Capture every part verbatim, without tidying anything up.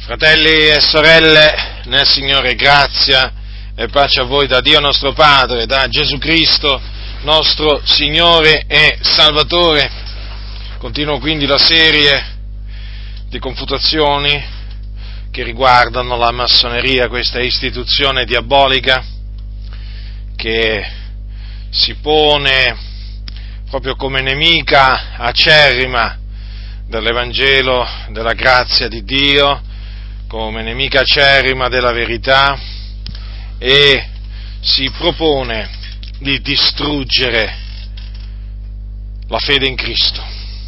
Fratelli e sorelle, nel Signore, grazia e pace a voi da Dio nostro Padre, da Gesù Cristo, nostro Signore e Salvatore. Continuo quindi la serie di confutazioni che riguardano la massoneria, questa istituzione diabolica che si pone proprio come nemica acerrima dell'Evangelo, della grazia di Dio, come nemica acerrima della verità, e si propone di distruggere la fede in Cristo.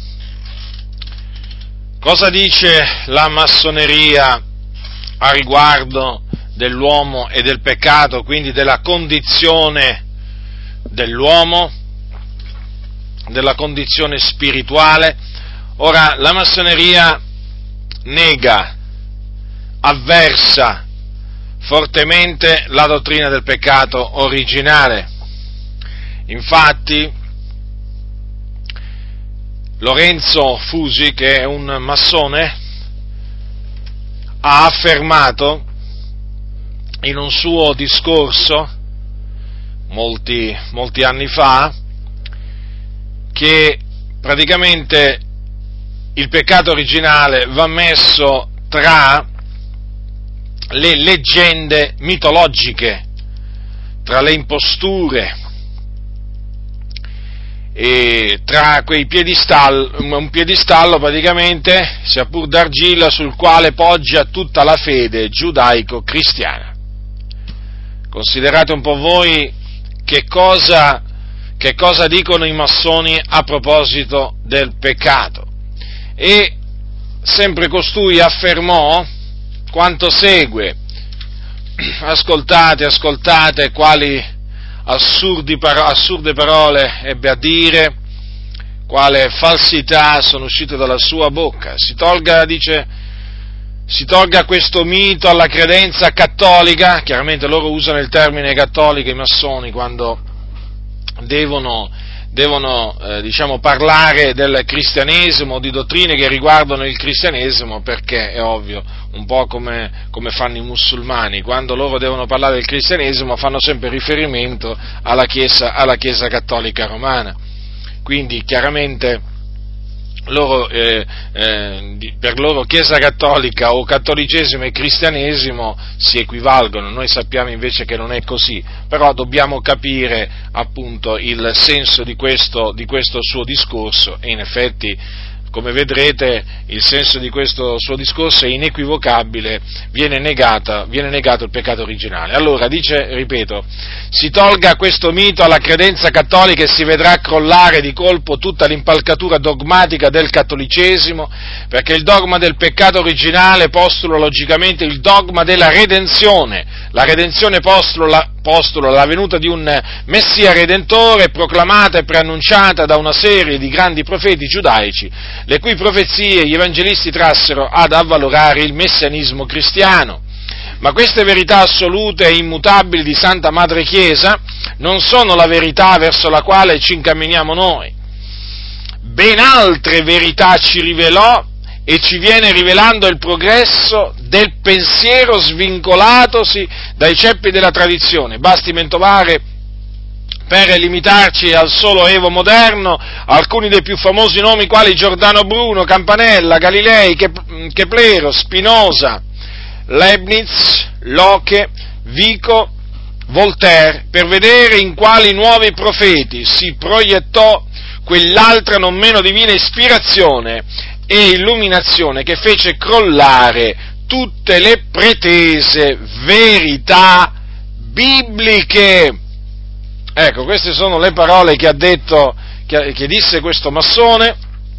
Cosa dice la massoneria a riguardo dell'uomo e del peccato, quindi della condizione dell'uomo, della condizione spirituale? Ora, la massoneria nega, avversa fortemente la dottrina del peccato originale. Infatti, Lorenzo Fusi, che è un massone, ha affermato in un suo discorso molti, molti anni fa che praticamente il peccato originale va messo tra le leggende mitologiche, tra le imposture, e tra quei piedistallo, un piedistallo praticamente, sia pur d'argilla, sul quale poggia tutta la fede giudaico-cristiana. Considerate un po' voi che cosa, che cosa dicono i massoni a proposito del peccato. E sempre costui affermò quanto segue. Ascoltate, ascoltate quali assurdi paro- assurde parole ebbe a dire, quale falsità sono uscite dalla sua bocca. Si tolga, dice, si tolga questo mito alla credenza cattolica. Chiaramente loro usano il termine cattolico, i massoni, quando devono devono eh, diciamo parlare del cristianesimo, di dottrine che riguardano il cristianesimo, perché è ovvio, un po' come, come fanno i musulmani, quando loro devono parlare del cristianesimo fanno sempre riferimento alla Chiesa, alla Chiesa cattolica romana. Quindi chiaramente loro, eh, eh, per loro Chiesa cattolica o cattolicesimo e cristianesimo si equivalgono. Noi sappiamo invece che non è così, però dobbiamo capire appunto il senso di questo, di questo suo discorso, e in effetti, come vedrete, il senso di questo suo discorso è inequivocabile, viene negata, viene negato il peccato originale. Allora, dice, ripeto, si tolga questo mito alla credenza cattolica e si vedrà crollare di colpo tutta l'impalcatura dogmatica del cattolicesimo, perché il dogma del peccato originale postula logicamente il dogma della redenzione. La redenzione postula, postula la venuta di un Messia Redentore proclamata e preannunciata da una serie di grandi profeti giudaici, le cui profezie gli evangelisti trassero ad avvalorare il messianismo cristiano. Ma queste verità assolute e immutabili di Santa Madre Chiesa non sono la verità verso la quale ci incamminiamo noi. Ben altre verità ci rivelò e ci viene rivelando il progresso del pensiero svincolatosi dai ceppi della tradizione. Basti mentovare, per limitarci al solo Evo moderno, alcuni dei più famosi nomi quali Giordano Bruno, Campanella, Galilei, Keplero, Spinoza, Leibniz, Locke, Vico, Voltaire, per vedere in quali nuovi profeti si proiettò quell'altra non meno divina ispirazione e illuminazione che fece crollare tutte le pretese verità bibliche. Ecco, queste sono le parole che ha detto, che, che disse questo massone.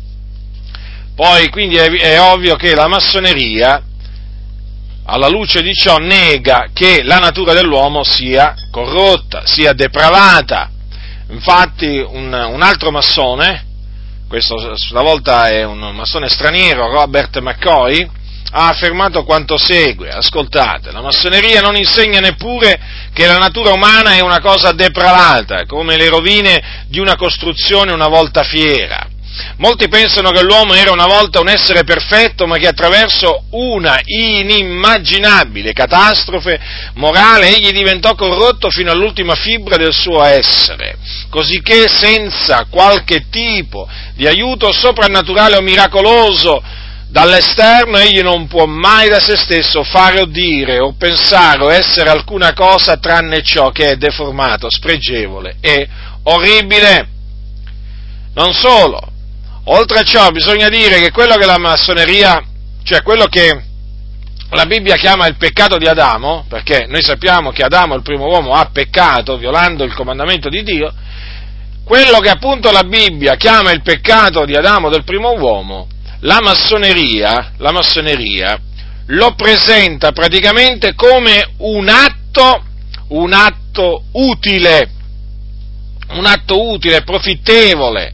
Poi, quindi, è, è ovvio che la massoneria, alla luce di ciò, nega che la natura dell'uomo sia corrotta, sia depravata. Infatti, un, un altro massone, questo stavolta è un massone straniero, Robert McCoy, ha affermato quanto segue. Ascoltate, la massoneria non insegna neppure che la natura umana è una cosa depravata, come le rovine di una costruzione una volta fiera. Molti pensano che l'uomo era una volta un essere perfetto, ma che attraverso una inimmaginabile catastrofe morale egli diventò corrotto fino all'ultima fibra del suo essere, cosicché senza qualche tipo di aiuto soprannaturale o miracoloso dall'esterno egli non può mai da se stesso fare o dire o pensare o essere alcuna cosa tranne ciò che è deformato, spregevole e orribile. Non solo, oltre a ciò bisogna dire che quello che la massoneria, cioè quello che la Bibbia chiama il peccato di Adamo, perché noi sappiamo che Adamo, il primo uomo, ha peccato violando il comandamento di Dio, quello che appunto la Bibbia chiama il peccato di Adamo del primo uomo, la massoneria, la massoneria lo presenta praticamente come un atto, un atto utile, un atto utile, profittevole,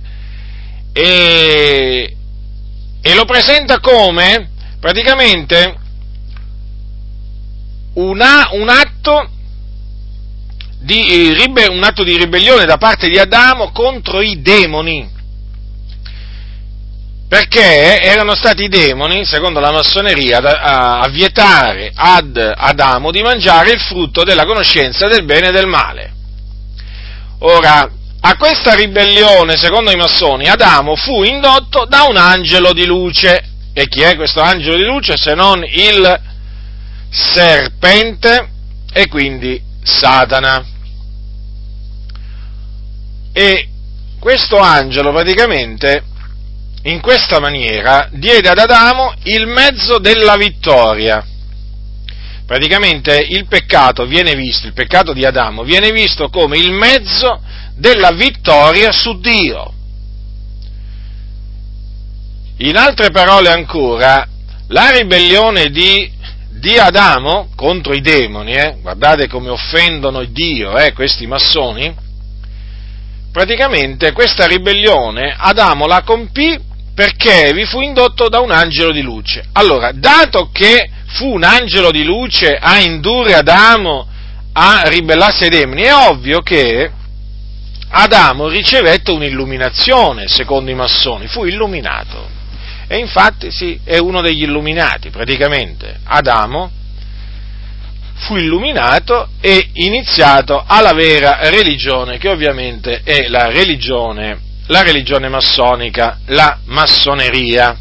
e, e lo presenta come praticamente una, un atto di un atto di ribellione da parte di Adamo contro i demoni. Perché erano stati i demoni, secondo la massoneria, a, a vietare ad Adamo di mangiare il frutto della conoscenza del bene e del male. Ora, a questa ribellione, secondo i massoni, Adamo fu indotto da un angelo di luce. E chi è questo angelo di luce se non il serpente e quindi Satana? E questo angelo praticamente in questa maniera diede ad Adamo il mezzo della vittoria. Praticamente il peccato viene visto, il peccato di Adamo viene visto come il mezzo della vittoria su Dio. In altre parole ancora, la ribellione di, di Adamo contro i demoni, eh, guardate come offendono Dio eh, questi massoni, praticamente questa ribellione Adamo la compì perché vi fu indotto da un angelo di luce. Allora, dato che fu un angelo di luce a indurre Adamo a ribellarsi ai demoni, è ovvio che Adamo ricevette un'illuminazione, secondo i massoni, fu illuminato. E infatti sì, è uno degli illuminati, praticamente. Adamo fu illuminato e iniziato alla vera religione, che ovviamente è la religione la religione massonica, la massoneria.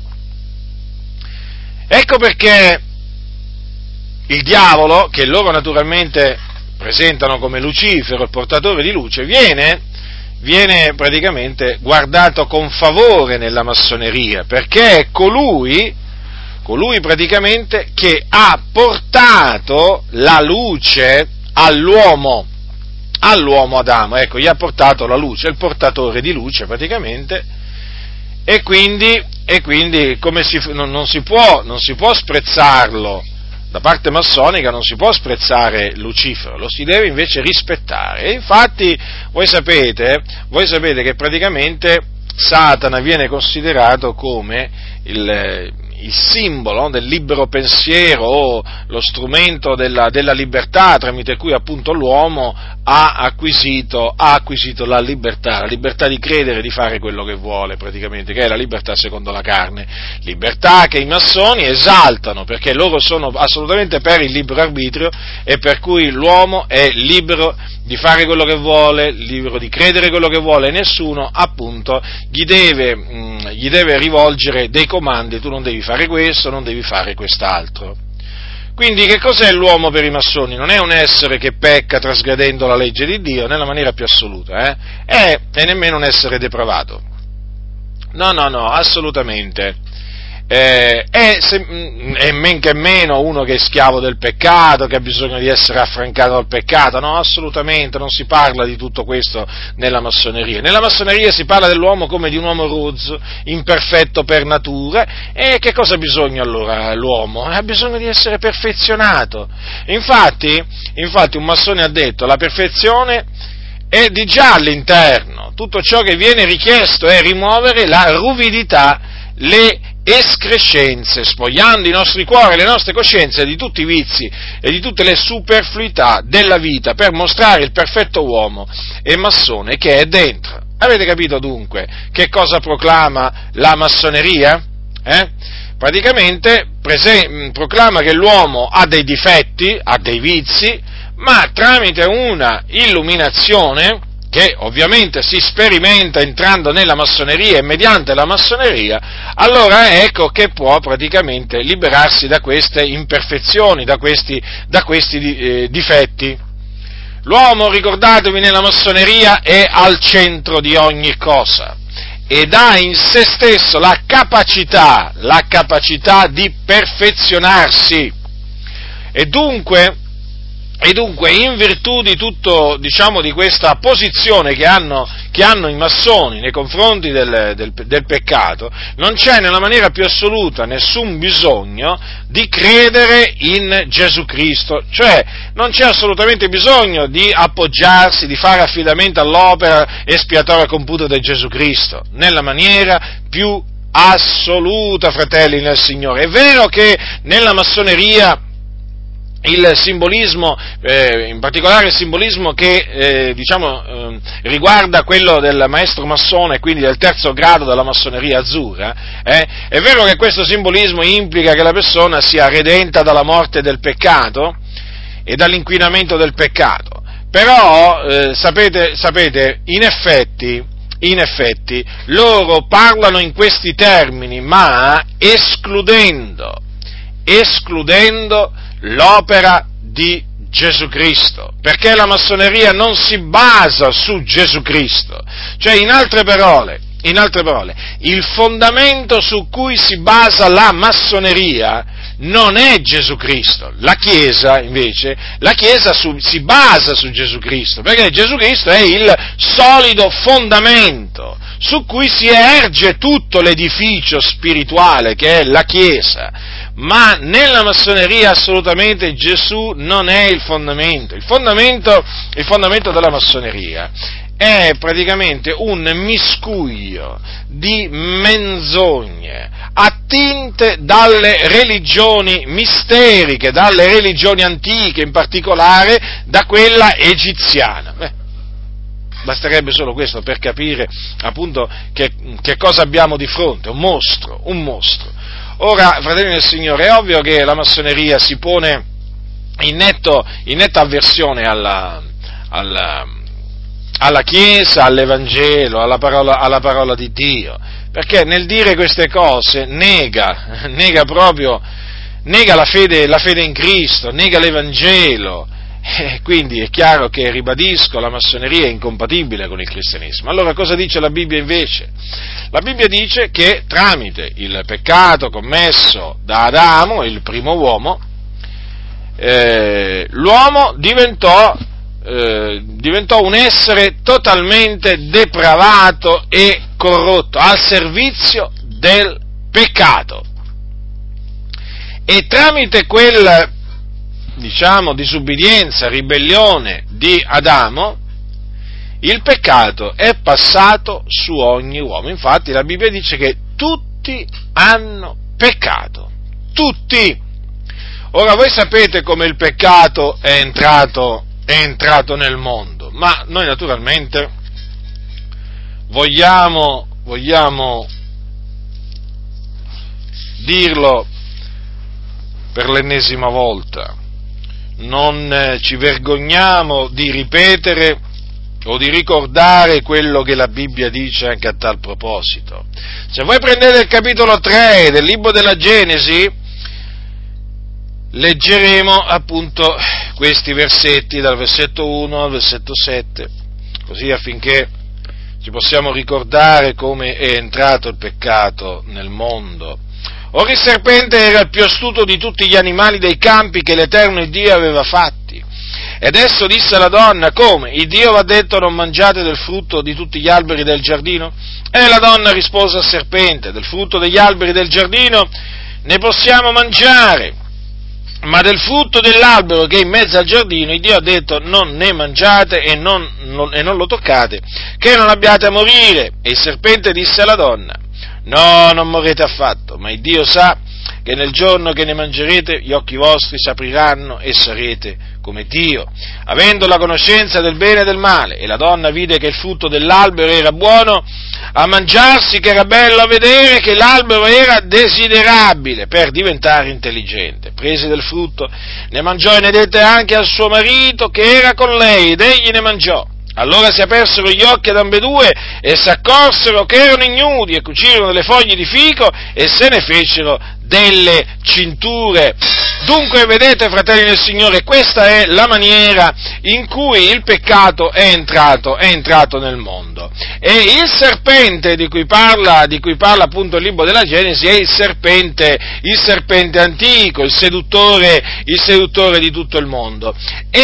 Ecco perché il diavolo, che loro naturalmente presentano come Lucifero, il portatore di luce, viene, viene praticamente guardato con favore nella massoneria, perché è colui, colui praticamente che ha portato la luce all'uomo, all'uomo Adamo, ecco, gli ha portato la luce, è il portatore di luce praticamente, e quindi, e quindi come si, non, non, si può, non si può sprezzarlo, da parte massonica non si può sprezzare Lucifero, lo si deve invece rispettare, e infatti voi sapete, voi sapete che praticamente Satana viene considerato come il, il simbolo del libero pensiero o lo strumento della, della libertà tramite cui appunto l'uomo ha acquisito, ha acquisito la libertà, la libertà di credere e di fare quello che vuole praticamente, che è la libertà secondo la carne, libertà che i massoni esaltano perché loro sono assolutamente per il libero arbitrio e per cui l'uomo è libero di fare quello che vuole, libero di credere quello che vuole e nessuno appunto gli deve, mh, gli deve rivolgere dei comandi, tu non devi fare questo, non devi fare quest'altro. Quindi che cos'è l'uomo per i massoni? Non è un essere che pecca trasgredendo la legge di Dio nella maniera più assoluta, eh? È, è nemmeno un essere depravato. No, no, no, assolutamente. Eh, è, se, è men che meno uno che è schiavo del peccato, che ha bisogno di essere affrancato dal peccato, no, assolutamente, non si parla di tutto questo nella massoneria. Nella massoneria si parla dell'uomo come di un uomo rozzo, imperfetto per natura, e che cosa ha bisogno allora l'uomo? Ha bisogno di essere perfezionato. Infatti, infatti un massone ha detto, la perfezione è di già all'interno, tutto ciò che viene richiesto è rimuovere la ruvidità, le escrescenze, spogliando i nostri cuori e le nostre coscienze di tutti i vizi e di tutte le superfluità della vita, per mostrare il perfetto uomo e massone che è dentro. Avete capito dunque che cosa proclama la massoneria? Eh? Praticamente prese- proclama che l'uomo ha dei difetti, ha dei vizi, ma tramite una illuminazione che ovviamente si sperimenta entrando nella massoneria e mediante la massoneria, allora ecco che può praticamente liberarsi da queste imperfezioni, da questi, da questi eh, difetti. L'uomo, ricordatevi, nella massoneria è al centro di ogni cosa ed ha in se stesso la capacità, la capacità di perfezionarsi. E dunque, E dunque, in virtù di tutto, diciamo, di questa posizione che hanno, che hanno i massoni nei confronti del, del, del peccato, non c'è nella maniera più assoluta nessun bisogno di credere in Gesù Cristo, cioè non c'è assolutamente bisogno di appoggiarsi, di fare affidamento all'opera espiatoria compiuta da Gesù Cristo, nella maniera più assoluta, fratelli nel Signore. È vero che nella massoneria il simbolismo, eh, in particolare il simbolismo che eh, diciamo eh, riguarda quello del maestro massone, quindi del terzo grado della massoneria azzurra, eh, è vero che questo simbolismo implica che la persona sia redenta dalla morte del peccato e dall'inquinamento del peccato, però eh, sapete, sapete, in effetti, in effetti loro parlano in questi termini, ma escludendo, escludendo l'opera di Gesù Cristo, perché la massoneria non si basa su Gesù Cristo, cioè in altre parole, in altre parole, il fondamento su cui si basa la massoneria non è Gesù Cristo. La Chiesa, invece, la Chiesa su, si basa su Gesù Cristo, perché Gesù Cristo è il solido fondamento su cui si erge tutto l'edificio spirituale che è la Chiesa. Ma nella massoneria assolutamente Gesù non è il fondamento. Il fondamento, il fondamento della massoneria è praticamente un miscuglio di menzogne attinte dalle religioni misteriche, dalle religioni antiche, in particolare da quella egiziana. Beh, basterebbe solo questo per capire appunto che, che cosa abbiamo di fronte, un mostro, un mostro. Ora, fratelli del Signore, è ovvio che la massoneria si pone in, netto, in netta avversione alla, alla, alla Chiesa, all'Evangelo, alla parola, alla parola di Dio, perché nel dire queste cose nega, nega proprio, nega la fede, la fede in Cristo, nega l'Evangelo. Eh, quindi è chiaro che, ribadisco, la massoneria è incompatibile con il cristianesimo. Allora cosa dice la Bibbia invece? La Bibbia dice che tramite il peccato commesso da Adamo, il primo uomo, eh, l'uomo diventò, eh, diventò un essere totalmente depravato e corrotto, al servizio del peccato. E tramite quel diciamo, disubbidienza, ribellione di Adamo, il peccato è passato su ogni uomo. Infatti la Bibbia dice che tutti hanno peccato, tutti. Ora voi sapete come il peccato è entrato, è entrato nel mondo, ma noi naturalmente vogliamo, vogliamo dirlo per l'ennesima volta. Non ci vergogniamo di ripetere o di ricordare quello che la Bibbia dice anche a tal proposito. Se voi prendete il capitolo tre del libro della Genesi, leggeremo appunto questi versetti, dal versetto uno al versetto sette, così affinché ci possiamo ricordare come è entrato il peccato nel mondo. Ora il serpente era il più astuto di tutti gli animali dei campi che l'Eterno Dio aveva fatti. Ed esso disse alla donna: come? Il Dio vi ha detto non mangiate del frutto di tutti gli alberi del giardino? E la donna rispose al serpente: del frutto degli alberi del giardino ne possiamo mangiare, ma del frutto dell'albero che è in mezzo al giardino il Dio ha detto non ne mangiate e non, non, e non lo toccate, che non abbiate a morire. E il serpente disse alla donna: No, non morrete affatto, ma il Dio sa che nel giorno che ne mangerete gli occhi vostri s'apriranno e sarete come Dio, avendo la conoscenza del bene e del male. E la donna vide che il frutto dell'albero era buono a mangiarsi, che era bello a vedere, che l'albero era desiderabile per diventare intelligente. Prese del frutto, ne mangiò e ne dette anche al suo marito che era con lei, ed egli ne mangiò. Allora si apersero gli occhi ad ambedue e si accorsero che erano ignudi, e cucirono delle foglie di fico e se ne fecero delle cinture. Dunque, vedete, fratelli del Signore, questa è la maniera in cui il peccato è entrato, è entrato nel mondo. E il serpente di cui parla, di cui parla appunto il libro della Genesi è il serpente, il serpente antico, il seduttore, il seduttore di tutto il mondo.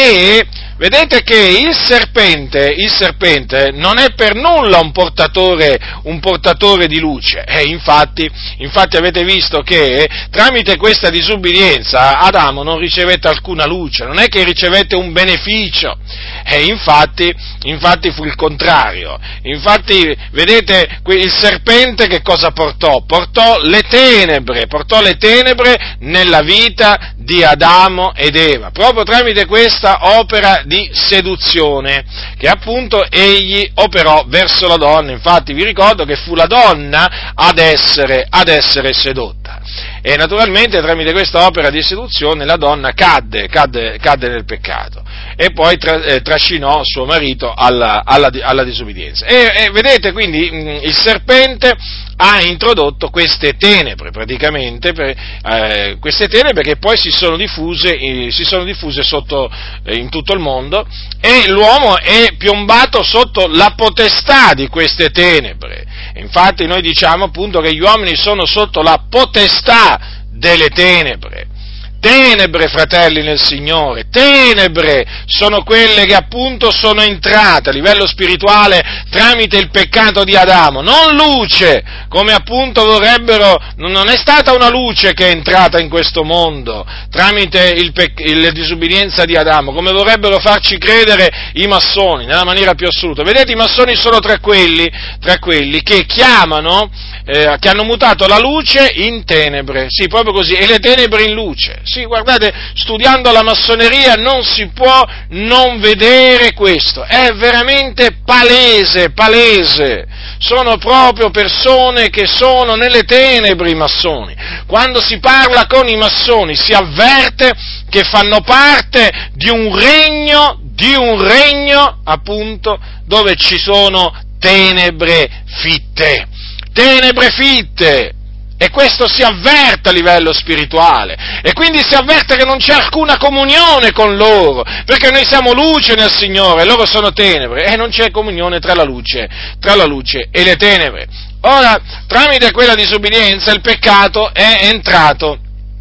E vedete che il serpente, il serpente non è per nulla un portatore, un portatore di luce. E infatti, infatti avete visto che tramite questa disubbidienza Adamo non ricevette alcuna luce, non è che ricevette un beneficio. E infatti, infatti fu il contrario. Infatti, vedete, il serpente che cosa portò? Portò le tenebre, portò le tenebre nella vita di Adamo ed Eva, proprio tramite questa opera di seduzione che appunto egli operò verso la donna. Infatti vi ricordo che fu la donna ad essere, ad essere sedotta. E naturalmente tramite questa opera di seduzione la donna cadde, cadde, cadde nel peccato e poi tra, eh, trascinò suo marito alla, alla, alla disubbidienza. E, e vedete quindi mh, il serpente ha introdotto queste tenebre, praticamente, per, eh, queste tenebre che poi si sono diffuse, eh, si sono diffuse sotto, eh, in tutto il mondo, e l'uomo è piombato sotto la potestà di queste tenebre. Infatti noi diciamo appunto che gli uomini sono sotto la potestà delle tenebre. Tenebre, fratelli nel Signore, tenebre sono quelle che appunto sono entrate a livello spirituale tramite il peccato di Adamo, non luce, come appunto vorrebbero, non è stata una luce che è entrata in questo mondo tramite il pec- la disubbidienza di Adamo, come vorrebbero farci credere i massoni, nella maniera più assoluta. Vedete, i massoni sono tra quelli, tra quelli che chiamano, eh, che hanno mutato la luce in tenebre, sì, proprio così, e le tenebre in luce. Sì, guardate, studiando la massoneria non si può non vedere questo, è veramente palese, palese, sono proprio persone che sono nelle tenebre i massoni. Quando si parla con i massoni si avverte che fanno parte di un regno, di un regno appunto dove ci sono tenebre fitte, tenebre fitte. E questo si avverte a livello spirituale, e quindi si avverte che non c'è alcuna comunione con loro, perché noi siamo luce nel Signore, e loro sono tenebre, e non c'è comunione tra la luce, tra la luce e le tenebre. Ora, tramite quella disubbidienza il peccato è entrato,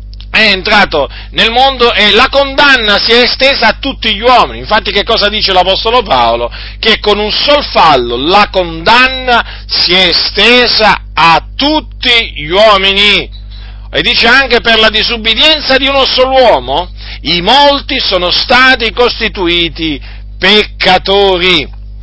è entrato nel mondo e la condanna si è estesa a tutti gli uomini. Infatti che cosa dice l'Apostolo Paolo? Che con un sol fallo la condanna si è estesa a tutti gli uomini. E dice anche per la disubbidienza di uno solo uomo i molti sono stati costituiti peccatori.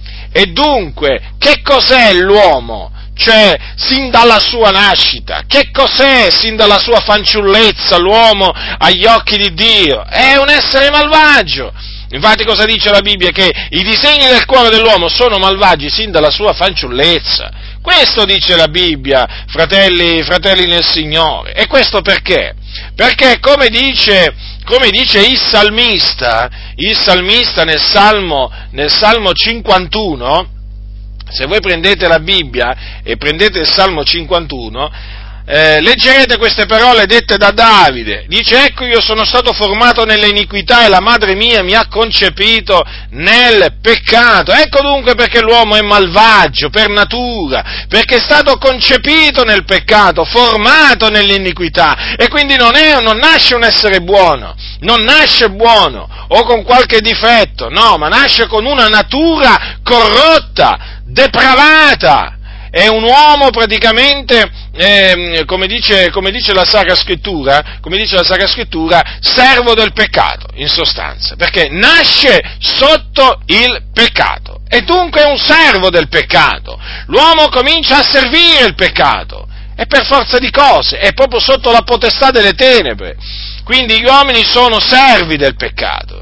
E dunque, che cos'è l'uomo? Cioè, sin dalla sua nascita, che cos'è sin dalla sua fanciullezza l'uomo agli occhi di Dio? È un essere malvagio. Infatti cosa dice la Bibbia? Che i disegni del cuore dell'uomo sono malvagi sin dalla sua fanciullezza. Questo dice la Bibbia, fratelli, fratelli nel Signore. E questo perché? Perché come dice, come dice il salmista, il salmista nel Salmo, nel Salmo cinquantuno, se voi prendete la Bibbia e prendete il Salmo cinquantuno, eh, leggerete queste parole dette da Davide. Dice: ecco, io sono stato formato nelle iniquità e la madre mia mi ha concepito nel peccato. Ecco dunque perché l'uomo è malvagio per natura, perché è stato concepito nel peccato, formato nell'iniquità, e quindi non, è, non nasce un essere buono, non nasce buono o con qualche difetto, no, ma nasce con una natura corrotta, depravata. È un uomo praticamente, eh, come dice, come dice la Sacra Scrittura, come dice la Sacra Scrittura, servo del peccato, in sostanza, perché nasce sotto il peccato, e dunque è un servo del peccato. L'uomo comincia a servire il peccato, è per forza di cose, è proprio sotto la potestà delle tenebre. Quindi gli uomini sono servi del peccato.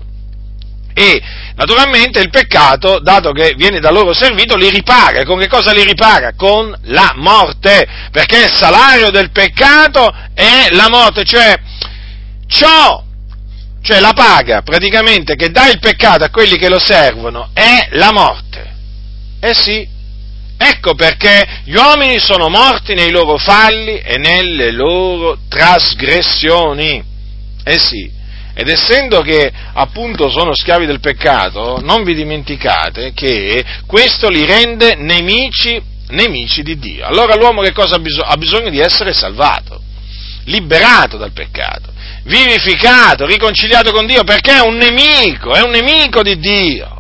E naturalmente il peccato, dato che viene da loro servito, li ripara. Con che cosa li ripara? Con la morte, perché il salario del peccato è la morte, cioè ciò, cioè la paga praticamente che dà il peccato a quelli che lo servono è la morte. Eh sì, ecco perché gli uomini sono morti nei loro falli e nelle loro trasgressioni. Eh sì. Ed essendo che appunto sono schiavi del peccato, non vi dimenticate che questo li rende nemici, nemici di Dio. Allora l'uomo che cosa ha bisogno? Ha bisogno di essere salvato, liberato dal peccato, vivificato, riconciliato con Dio, perché è un nemico, è un nemico di Dio.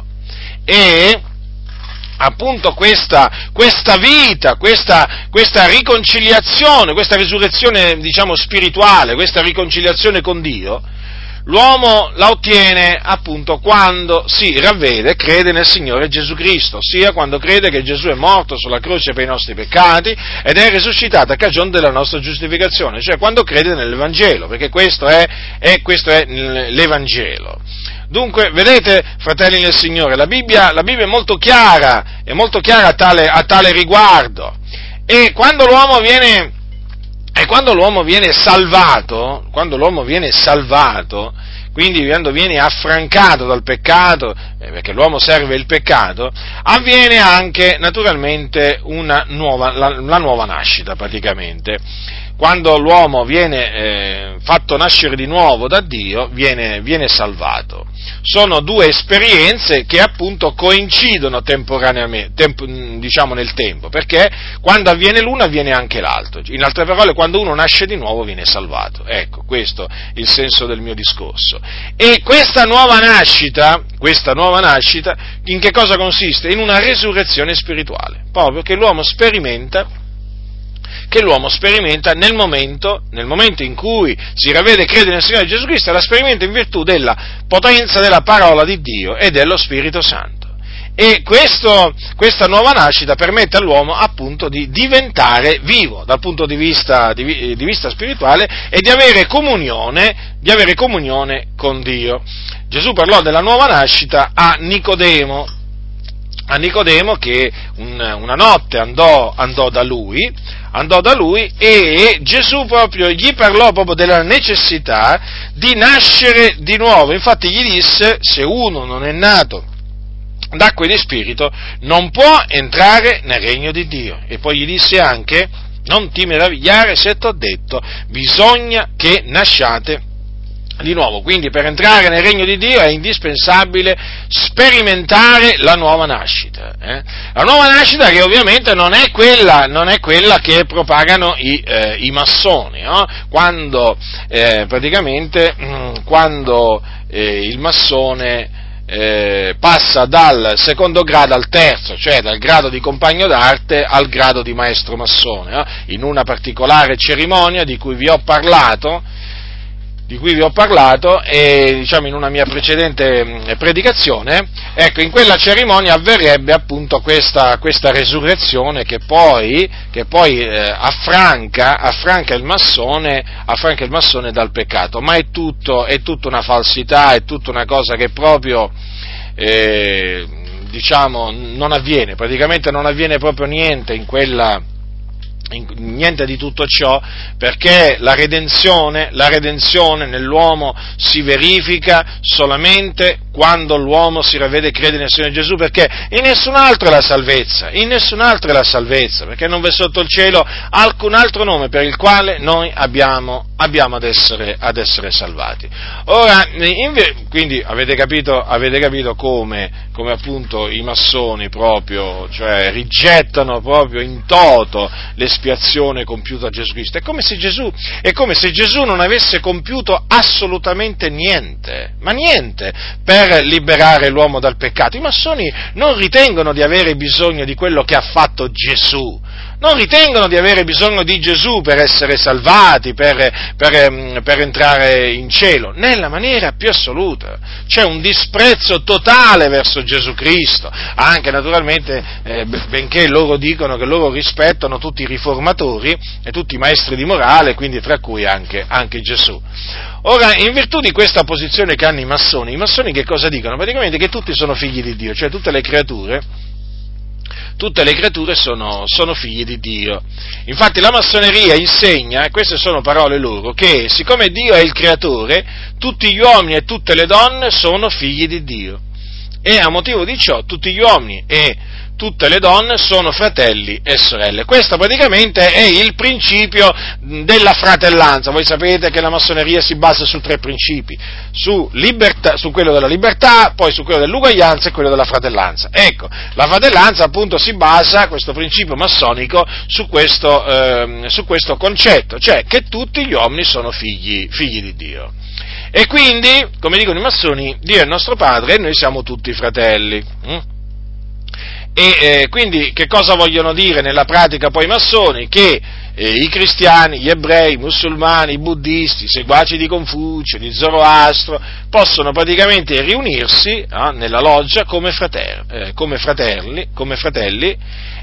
E appunto questa, questa vita, questa, questa riconciliazione, questa risurrezione, diciamo, spirituale, questa riconciliazione con Dio, l'uomo la ottiene appunto quando si ravvede e crede nel Signore Gesù Cristo, ossia quando crede che Gesù è morto sulla croce per i nostri peccati ed è risuscitato a cagione della nostra giustificazione, cioè quando crede nell'Evangelo, perché questo è, è, questo è l'Evangelo. Dunque, vedete, fratelli nel Signore, la Bibbia, la Bibbia è molto chiara, è molto chiara a tale, a tale riguardo, e quando l'uomo viene E quando l'uomo viene salvato, quando l'uomo viene salvato, quindi quando viene affrancato dal peccato, eh, perché l'uomo serve il peccato, avviene anche naturalmente una nuova, la, la nuova nascita praticamente. Quando l'uomo viene eh, fatto nascere di nuovo da Dio, viene, viene salvato. Sono due esperienze che appunto coincidono temporaneamente, temp- diciamo nel tempo, perché quando avviene l'uno avviene anche l'altro. In altre parole, quando uno nasce di nuovo viene salvato. Ecco, questo è il senso del mio discorso. E questa nuova nascita, questa nuova nascita, in che cosa consiste? In una resurrezione spirituale, proprio che l'uomo sperimenta che l'uomo sperimenta nel momento, nel momento in cui si ravvede e crede nel Signore Gesù Cristo, la sperimenta in virtù della potenza della parola di Dio e dello Spirito Santo. E questo, questa nuova nascita permette all'uomo appunto di diventare vivo dal punto di vista, di, di vista spirituale e di avere comunione, di avere comunione con Dio. Gesù parlò della nuova nascita a Nicodemo, a Nicodemo che un, una notte andò, andò da lui, andò da lui e Gesù proprio gli parlò proprio della necessità di nascere di nuovo. Infatti gli disse: se uno non è nato d'acqua e di spirito non può entrare nel regno di Dio. E poi gli disse anche: non ti meravigliare se t'ho detto, bisogna che nasciate di nuovo. Quindi per entrare nel regno di Dio è indispensabile sperimentare la nuova nascita. Eh? La nuova nascita che ovviamente non è quella, non è quella che propagano i, eh, i massoni, no? Quando eh, praticamente quando eh, il massone Eh, passa dal secondo grado al terzo, cioè dal grado di compagno d'arte al grado di maestro massone, eh? In una particolare cerimonia di cui vi ho parlato, di cui vi ho parlato e diciamo in una mia precedente predicazione, ecco, in quella cerimonia avverrebbe appunto questa, questa resurrezione che poi, che poi eh, affranca, affranca il massone, affranca il massone dal peccato, ma è tutto, è tutta una falsità, è tutta una cosa che proprio, eh, diciamo, non avviene, praticamente non avviene proprio niente in quella, niente di tutto ciò, perché la redenzione, la redenzione nell'uomo si verifica solamente quando l'uomo si ravvede e crede nel Signore Gesù, perché in nessun altro è la salvezza, in nessun altro è la salvezza, perché non v'è sotto il cielo alcun altro nome per il quale noi abbiamo, abbiamo ad essere, ad essere salvati. Ora, in, quindi avete capito, avete capito come, come appunto i massoni proprio, cioè rigettano proprio in toto l'espiazione compiuta a Gesù Cristo. È come se Gesù, è come se Gesù non avesse compiuto assolutamente niente, ma niente, per liberare l'uomo dal peccato. I massoni non ritengono di avere bisogno di quello che ha fatto Gesù, non ritengono di avere bisogno di Gesù per essere salvati, per, per, per entrare in cielo, nella maniera più assoluta. C'è un disprezzo totale verso Gesù Cristo, anche naturalmente, eh, benché loro dicono che loro rispettano tutti i riformatori e tutti i maestri di morale, quindi tra cui anche, anche Gesù. Ora, in virtù di questa posizione che hanno i massoni, i massoni che cosa dicono? Praticamente che tutti sono figli di Dio, cioè tutte le creature, tutte le creature sono, sono figli di Dio. Infatti la massoneria insegna, e queste sono parole loro, che siccome Dio è il creatore, tutti gli uomini e tutte le donne sono figli di Dio. E a motivo di ciò tutti gli uomini e tutte le donne sono fratelli e sorelle. Questo praticamente è il principio della fratellanza. Voi sapete che la massoneria si basa su tre principi, su, libertà, su quello della libertà, poi su quello dell'uguaglianza e quello della fratellanza. Ecco, la fratellanza appunto si basa, questo principio massonico, su questo, eh, su questo concetto, cioè che tutti gli uomini sono figli, figli di Dio. E quindi, come dicono i massoni, Dio è il nostro Padre e noi siamo tutti fratelli. Hm? E eh, quindi che cosa vogliono dire nella pratica poi i massoni? Che eh, i cristiani, gli ebrei, i musulmani, i buddisti, i seguaci di Confucio, di Zoroastro, possono praticamente riunirsi eh, nella loggia come, frater, eh, come, fratelli, come fratelli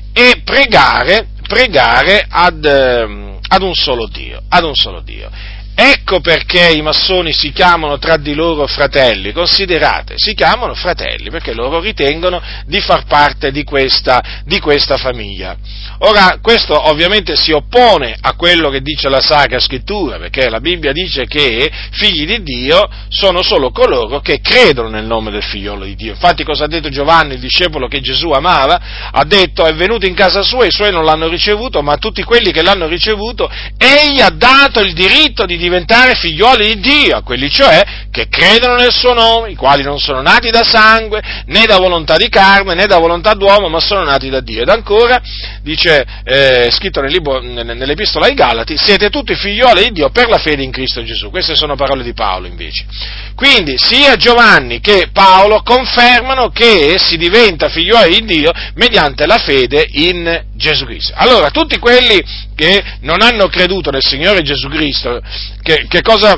e pregare, pregare ad, eh, ad un solo Dio, ad un solo Dio. Ecco perché i massoni si chiamano tra di loro fratelli, considerate, si chiamano fratelli perché loro ritengono di far parte di questa, di questa famiglia. Ora, questo ovviamente si oppone a quello che dice la Sacra Scrittura, perché la Bibbia dice che figli di Dio sono solo coloro che credono nel nome del figliolo di Dio. Infatti cosa ha detto Giovanni, il discepolo che Gesù amava? Ha detto, è venuto in casa sua, i suoi non l'hanno ricevuto, ma a tutti quelli che l'hanno ricevuto, egli ha dato il diritto di diventare figlioli di Dio, a quelli cioè che credono nel suo nome, i quali non sono nati da sangue, né da volontà di carne, né da volontà d'uomo, ma sono nati da Dio. Ed ancora, dice, eh, scritto nel libro, nell'Epistola ai Galati, siete tutti figlioli di Dio per la fede in Cristo Gesù. Queste sono parole di Paolo invece. Quindi sia Giovanni che Paolo confermano che si diventa figlioli di Dio mediante la fede in Gesù Cristo. Allora, tutti quelli che non hanno creduto nel Signore Gesù Cristo, che, che cosa,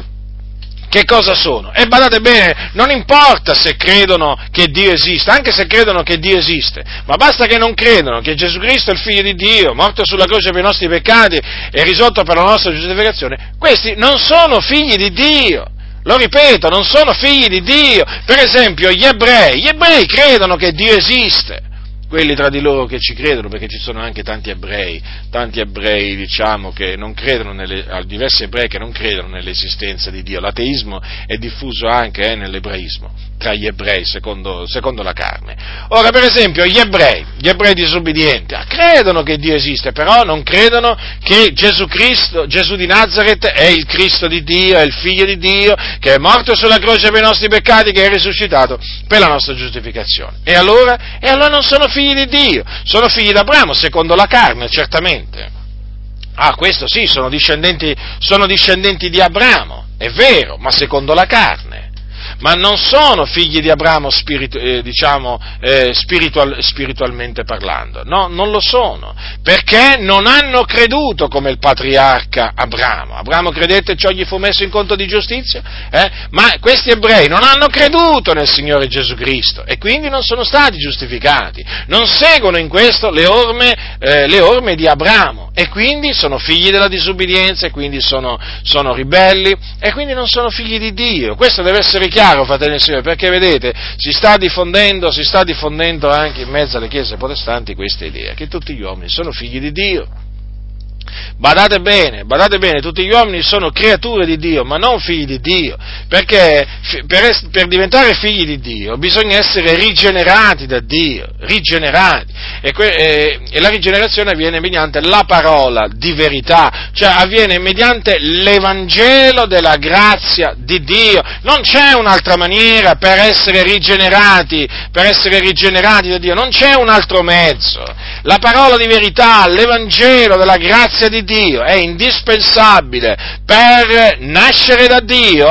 che cosa sono? E badate bene, non importa se credono che Dio esiste, anche se credono che Dio esiste, ma basta che non credono che Gesù Cristo è il Figlio di Dio, morto sulla croce per i nostri peccati e risorto per la nostra giustificazione, questi non sono figli di Dio. Lo ripeto, non sono figli di Dio. Per esempio, gli ebrei, gli ebrei credono che Dio esiste. Quelli tra di loro che ci credono, perché ci sono anche tanti ebrei, tanti ebrei diciamo che non credono, nelle, diversi ebrei che non credono nell'esistenza di Dio. L'ateismo è diffuso anche eh, nell'ebraismo, tra gli ebrei secondo, secondo la carne. Ora per esempio gli ebrei, gli ebrei disobbedienti, credono che Dio esiste, però non credono che Gesù Cristo, Gesù di Nazaret è il Cristo di Dio, è il Figlio di Dio, che è morto sulla croce per i nostri peccati, che è risuscitato per la nostra giustificazione. E allora? E allora non sono figli di Dio, sono figli d'Abramo secondo la carne, certamente. Ah, questo sì, sono discendenti, sono discendenti di Abramo, è vero, ma secondo la carne. Ma non sono figli di Abramo spiritu- eh, diciamo, eh, spiritual- spiritualmente parlando, no, non lo sono, perché non hanno creduto come il patriarca Abramo. Abramo credette e ciò gli fu messo in conto di giustizia, eh? Ma questi ebrei non hanno creduto nel Signore Gesù Cristo e quindi non sono stati giustificati, non seguono in questo le orme, eh, le orme di Abramo e quindi sono figli della disobbedienza e quindi sono, sono ribelli e quindi non sono figli di Dio. Questo deve essere chiaro, fratelli e signori, perché vedete, si sta diffondendo, si sta diffondendo anche in mezzo alle chiese protestanti questa idea, che tutti gli uomini sono figli di Dio. Badate bene, badate bene, tutti gli uomini sono creature di Dio, ma non figli di Dio, perché per, es- per diventare figli di Dio bisogna essere rigenerati da Dio, rigenerati, e, que- e-, e la rigenerazione avviene mediante la parola di verità, cioè avviene mediante l'Evangelo della grazia di Dio. Non c'è un'altra maniera per essere rigenerati, per essere rigenerati da Dio, non c'è un altro mezzo. La parola di verità, l'Evangelo della grazia di Dio è indispensabile per nascere da Dio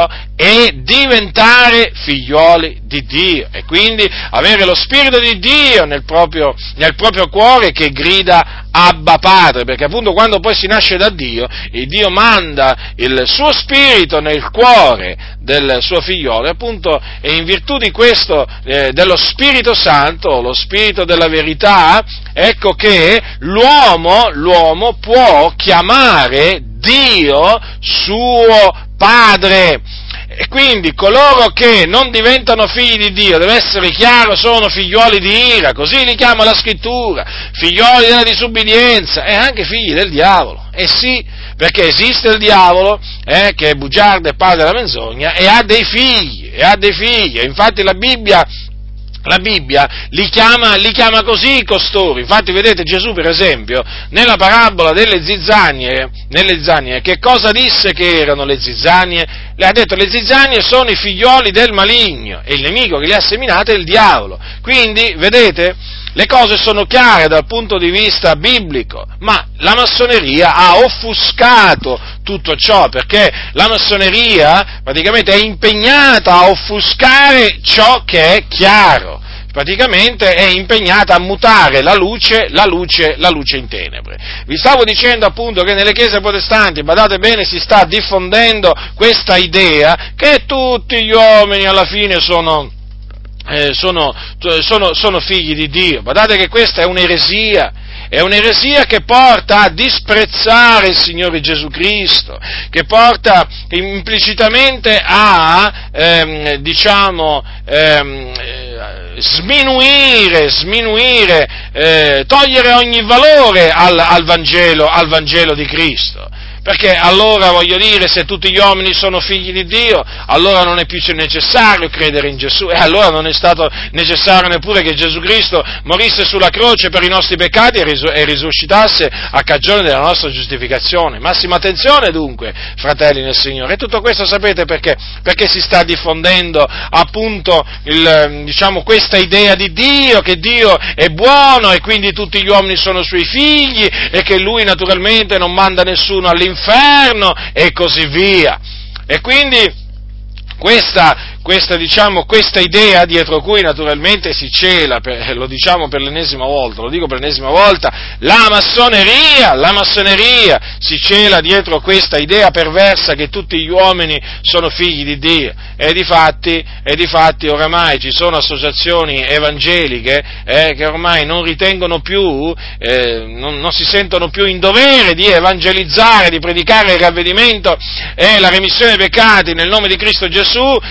e diventare figlioli di Dio, e quindi avere lo Spirito di Dio nel proprio, nel proprio cuore che grida Abba Padre, perché appunto quando poi si nasce da Dio, il Dio manda il suo Spirito nel cuore del suo figliolo, e appunto e in virtù di questo, eh, dello Spirito Santo, lo Spirito della verità, ecco che l'uomo, l'uomo può chiamare Dio suo Padre. E quindi coloro che non diventano figli di Dio, deve essere chiaro, sono figlioli di ira, così li chiama la Scrittura, figlioli della disubbidienza e anche figli del diavolo. E sì, perché esiste il diavolo, eh, che è bugiardo e padre della menzogna, e ha dei figli, e ha dei figli, e infatti la Bibbia La Bibbia li chiama, li chiama così costoro. Infatti vedete Gesù per esempio nella parabola delle zizzanie, nelle zizzanie, che cosa disse che erano le zizzanie? Le ha detto le zizzanie sono i figlioli del maligno e il nemico che li ha seminati è il diavolo. Quindi vedete le cose sono chiare dal punto di vista biblico, ma la massoneria ha offuscato tutto ciò, perché la massoneria praticamente è impegnata a offuscare ciò che è chiaro, praticamente è impegnata a mutare la luce, la luce, la luce in tenebre. Vi stavo dicendo appunto che nelle chiese protestanti, badate bene, si sta diffondendo questa idea che tutti gli uomini alla fine sono Eh, sono, sono, sono figli di Dio. Guardate che questa è un'eresia, è un'eresia che porta a disprezzare il Signore Gesù Cristo, che porta implicitamente a, ehm, diciamo, ehm, sminuire, sminuire, eh, togliere ogni valore al, al Vangelo, al Vangelo di Cristo. Perché allora, voglio dire, se tutti gli uomini sono figli di Dio, allora non è più necessario credere in Gesù, e allora non è stato necessario neppure che Gesù Cristo morisse sulla croce per i nostri peccati e, risu- e risuscitasse a cagione della nostra giustificazione. Massima attenzione dunque, fratelli nel Signore. E tutto questo sapete perché? Perché si sta diffondendo appunto il, diciamo, questa idea di Dio, che Dio è buono e quindi tutti gli uomini sono suoi figli e che Lui naturalmente non manda nessuno all'inferno, inferno e così via. E quindi questa, questa, diciamo, questa idea dietro cui naturalmente si cela, per, lo diciamo per l'ennesima volta, lo dico per l'ennesima volta, la massoneria, la massoneria si cela dietro questa idea perversa che tutti gli uomini sono figli di Dio, e difatti, e difatti oramai ci sono associazioni evangeliche eh, che ormai non ritengono più, eh, non, non si sentono più in dovere di evangelizzare, di predicare il ravvedimento e la remissione dei peccati nel nome di Cristo Gesù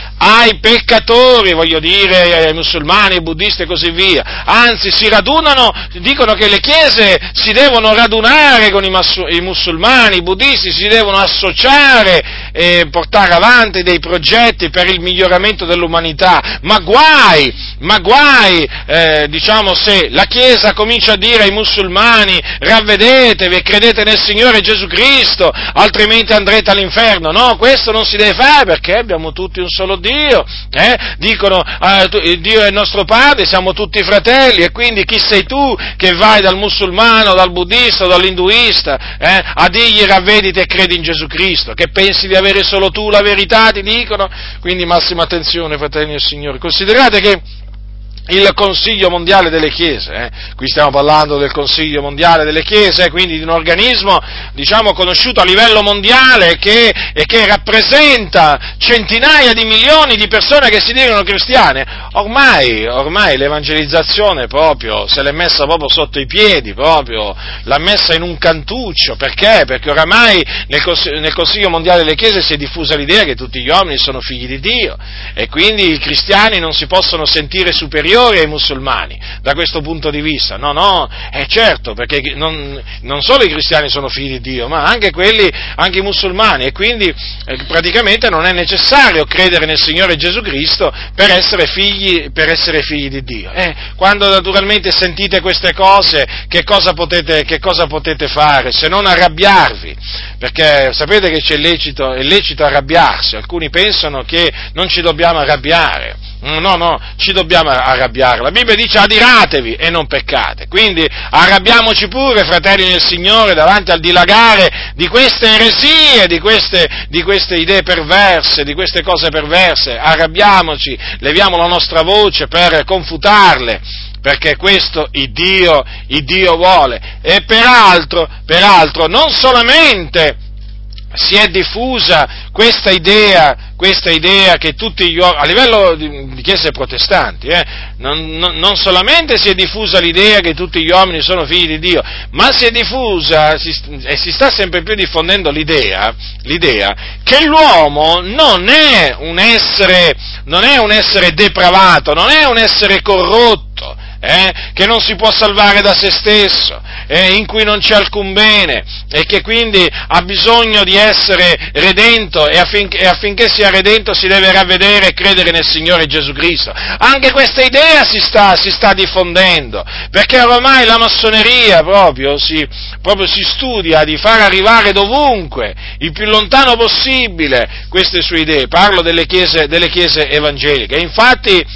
ai peccatori, voglio dire, ai musulmani, ai buddisti e così via. Anzi, si radunano, dicono che le chiese si devono radunare con i, massu- i musulmani, i buddisti, si devono associare e portare avanti dei progetti per il miglioramento dell'umanità. Ma guai, ma guai, eh, diciamo, se la Chiesa comincia a dire ai musulmani: ravvedetevi e credete nel Signore Gesù Cristo, altrimenti andrete all'inferno. No, questo non si deve fare, perché abbiamo tutti un solo Dio, eh? Dicono eh, Dio è il nostro Padre, siamo tutti fratelli, e quindi chi sei tu che vai dal musulmano, dal buddista o dall'induista eh, a dirgli ravvediti e credi in Gesù Cristo? Che pensi di avere solo tu la verità, ti dicono? Quindi massima attenzione, fratelli del Signore. Considerate che il Consiglio Mondiale delle Chiese, eh? qui stiamo parlando del Consiglio Mondiale delle Chiese, quindi di un organismo, diciamo, conosciuto a livello mondiale che, e che rappresenta centinaia di milioni di persone che si dicono cristiane. Ormai, ormai l'evangelizzazione proprio se l'è messa proprio sotto i piedi, proprio l'ha messa in un cantuccio. Perché? Perché oramai nel, nel Consiglio Mondiale delle Chiese si è diffusa l'idea che tutti gli uomini sono figli di Dio, e quindi i cristiani non si possono sentire superiori ai musulmani da questo punto di vista. No, no, è certo, perché non, non solo i cristiani sono figli di Dio, ma anche quelli, anche i musulmani, e quindi eh, praticamente non è necessario credere nel Signore Gesù Cristo per essere figli, per essere figli di Dio. Eh, quando naturalmente sentite queste cose, che cosa potete, che cosa potete fare se non arrabbiarvi? Perché sapete che c'è lecito, è lecito arrabbiarsi. Alcuni pensano che non ci dobbiamo arrabbiare. No, no, ci dobbiamo arrabbiare. La Bibbia dice adiratevi e non peccate. Quindi arrabbiamoci pure, fratelli nel Signore, davanti al dilagare di queste eresie, di queste, di queste idee perverse, di queste cose perverse. Arrabbiamoci, leviamo la nostra voce per confutarle, perché questo il Dio, il Dio vuole. E peraltro, peraltro, non solamente si è diffusa questa idea, questa idea che tutti gli uomini, a livello di, di chiese protestanti, eh, non, non, non solamente si è diffusa l'idea che tutti gli uomini sono figli di Dio, ma si è diffusa si, e si sta sempre più diffondendo l'idea, l'idea che l'uomo non è un essere, non è un essere depravato, non è un essere corrotto, Eh, che non si può salvare da se stesso, eh, in cui non c'è alcun bene e che quindi ha bisogno di essere redento e affinché, e affinché sia redento si deve ravvedere e credere nel Signore Gesù Cristo. Anche questa idea si sta, si sta diffondendo, perché ormai la massoneria proprio si, proprio si studia di far arrivare dovunque, il più lontano possibile, queste sue idee. Parlo delle chiese, delle chiese evangeliche. Infatti,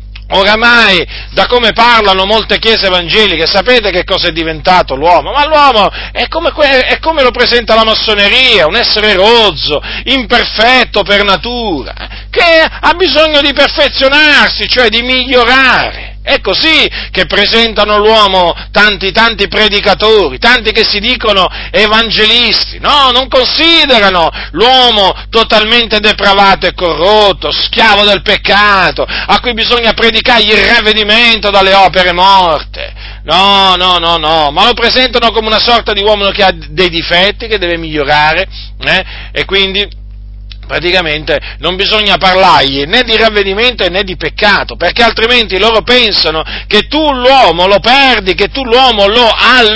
oramai, da come parlano molte chiese evangeliche, sapete che cosa è diventato l'uomo? Ma l'uomo è come, è come lo presenta la massoneria, un essere rozzo, imperfetto per natura, che ha bisogno di perfezionarsi, cioè di migliorare. È così che presentano l'uomo tanti, tanti predicatori, tanti che si dicono evangelisti. No, non considerano l'uomo totalmente depravato e corrotto, schiavo del peccato, a cui bisogna predicargli il ravvedimento dalle opere morte. No, no, no, no, ma lo presentano come una sorta di uomo che ha dei difetti, che deve migliorare, eh? E quindi praticamente non bisogna parlargli né di ravvedimento né di peccato, perché altrimenti loro pensano che tu l'uomo lo perdi, che tu l'uomo lo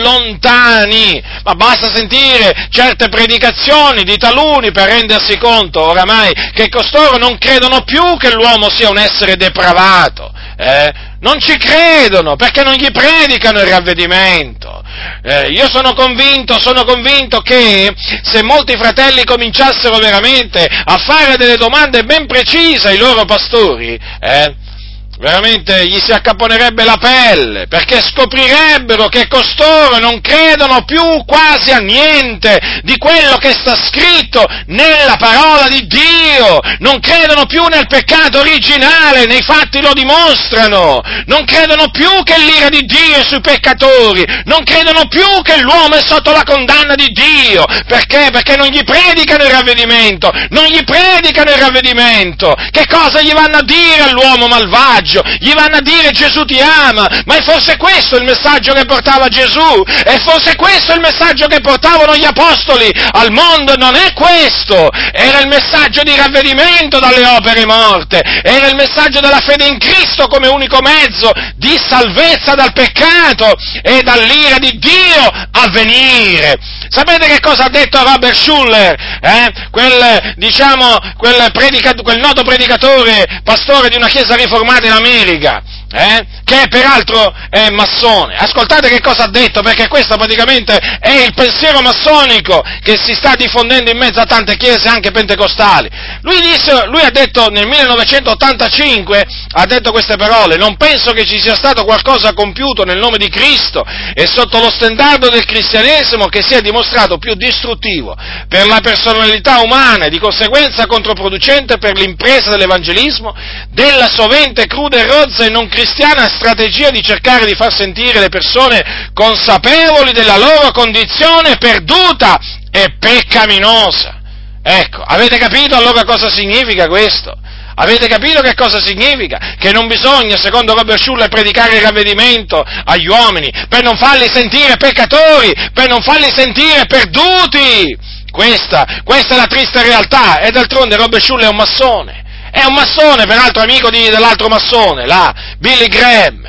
allontani. Ma basta sentire certe predicazioni di taluni per rendersi conto oramai che costoro non credono più che l'uomo sia un essere depravato, eh? Non ci credono, perché non gli predicano il ravvedimento. Eh, io sono convinto, sono convinto che se molti fratelli cominciassero veramente a fare delle domande ben precise ai loro pastori, eh, veramente gli si accapponerebbe la pelle, perché scoprirebbero che costoro non credono più quasi a niente di quello che sta scritto nella parola di Dio, non credono più nel peccato originale, nei fatti lo dimostrano, non credono più che l'ira di Dio è sui peccatori, non credono più che l'uomo è sotto la condanna di Dio. Perché? Perché non gli predicano il ravvedimento, non gli predicano il ravvedimento. Che cosa gli vanno a dire all'uomo malvagio? Gli vanno a dire Gesù ti ama, ma è forse questo il messaggio che portava Gesù? È forse questo il messaggio che portavano gli apostoli al mondo? Non è questo, era il messaggio di ravvedimento dalle opere morte, era il messaggio della fede in Cristo come unico mezzo di salvezza dal peccato e dall'ira di Dio a venire. Sapete che cosa ha detto Robert Schuller, eh? quel, diciamo, quel, predica, quel noto predicatore, pastore di una chiesa riformata in America, eh? che peraltro è massone? Ascoltate che cosa ha detto, perché questo praticamente è il pensiero massonico che si sta diffondendo in mezzo a tante chiese anche pentecostali. Lui disse, lui ha detto nel millenovecentottantacinque, ha detto queste parole: non penso che ci sia stato qualcosa compiuto nel nome di Cristo e sotto lo stendardo del cristianesimo che sia dimostrato più distruttivo per la personalità umana e di conseguenza controproducente per l'impresa dell'evangelismo della sovente cruda e rozza e non cristiana strategia di cercare di far sentire le persone consapevoli della loro condizione perduta e peccaminosa. Ecco, avete capito allora cosa significa questo? Avete capito che cosa significa? Che non bisogna, secondo Robert Schuller, predicare il ravvedimento agli uomini per non farli sentire peccatori, per non farli sentire perduti. Questa, questa è la triste realtà, e d'altronde Robert Schuller è un massone. È un massone, peraltro amico di, dell'altro massone, là, Billy Graham.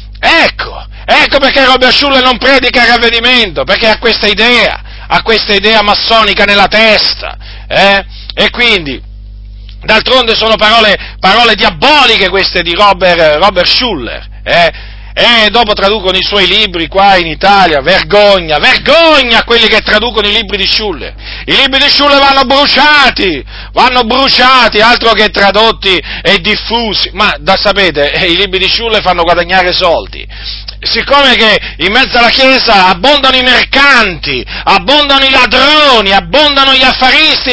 Ecco, ecco perché Robert Schuller non predica il ravvedimento, perché ha questa idea, ha questa idea massonica nella testa, eh? E quindi, d'altronde sono parole, parole diaboliche queste di Robert, Robert Schuller, eh? E dopo traducono i suoi libri qua in Italia, vergogna, vergogna a quelli che traducono i libri di Schuller. I libri di Schuller vanno bruciati, vanno bruciati, altro che tradotti e diffusi. Ma, da sapete, eh, i libri di Schuller fanno guadagnare soldi. Siccome che in mezzo alla Chiesa abbondano i mercanti, abbondano i ladroni, abbondano gli affaristi,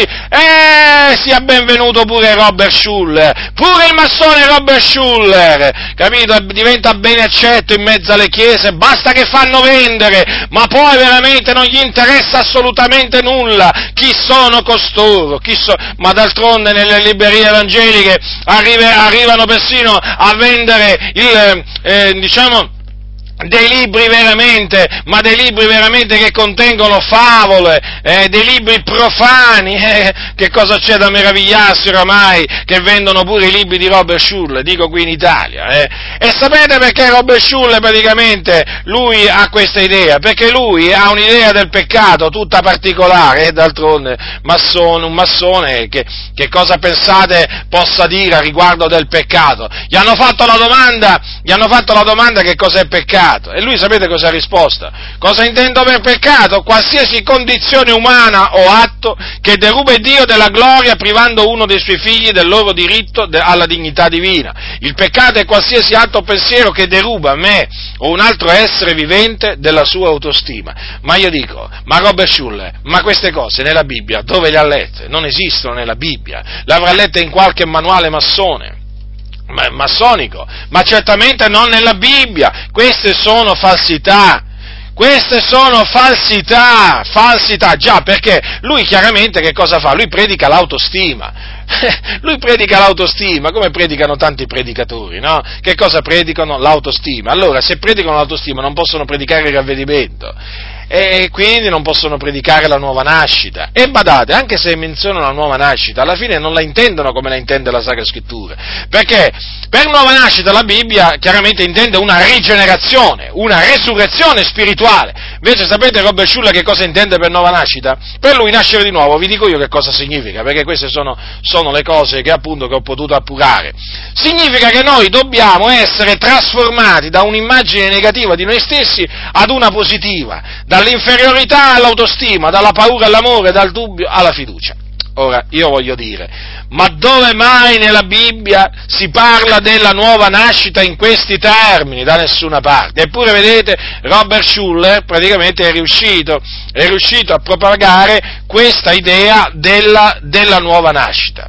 e sia benvenuto pure Robert Schuller, pure il massone Robert Schuller, capito? Diventa bene accetto in mezzo alle chiese, basta che fanno vendere, ma poi veramente non gli interessa assolutamente nulla chi sono costoro, chi so, ma d'altronde nelle librerie evangeliche arrive, arrivano persino a vendere il, eh, diciamo, dei libri veramente, ma dei libri veramente che contengono favole, eh, dei libri profani, eh, che cosa c'è da meravigliarsi oramai, che vendono pure i libri di Robert Schuller, dico qui in Italia, eh. E sapete perché Robert Schuller praticamente, lui ha questa idea? Perché lui ha un'idea del peccato tutta particolare, e d'altronde, massone, un massone, che, che cosa pensate possa dire a riguardo del peccato? Gli hanno fatto la domanda, gli hanno fatto la domanda che cos'è peccato? E lui sapete cosa ha risposto? Cosa intendo per peccato? Qualsiasi condizione umana o atto che deruba Dio della gloria privando uno dei suoi figli del loro diritto alla dignità divina. Il peccato è qualsiasi atto o pensiero che deruba me o un altro essere vivente della sua autostima. Ma io dico, ma Robert Schuller, ma queste cose nella Bibbia dove le ha lette? Non esistono nella Bibbia. Le avrà lette in qualche manuale massone. massonico, ma certamente non nella Bibbia. Queste sono falsità, queste sono falsità, falsità, già, perché lui chiaramente che cosa fa? Lui predica l'autostima, lui predica l'autostima, come predicano tanti predicatori, no? Che cosa predicano? L'autostima. Allora, se predicano l'autostima non possono predicare il ravvedimento, e quindi non possono predicare la nuova nascita. E badate, anche se menzionano la nuova nascita, alla fine non la intendono come la intende la Sacra Scrittura, perché per nuova nascita la Bibbia chiaramente intende una rigenerazione, una resurrezione spirituale. Invece sapete Robert Schuller che cosa intende per nuova nascita? Per lui nascere di nuovo, vi dico io che cosa significa, perché queste sono, sono le cose che appunto che ho potuto appurare. Significa che noi dobbiamo essere trasformati da un'immagine negativa di noi stessi ad una positiva, dall'inferiorità all'autostima, dalla paura all'amore, dal dubbio alla fiducia. Ora, io voglio dire, ma dove mai nella Bibbia si parla della nuova nascita in questi termini? Da nessuna parte. Eppure, vedete, Robert Schuller praticamente è riuscito, è riuscito a propagare questa idea della, della nuova nascita.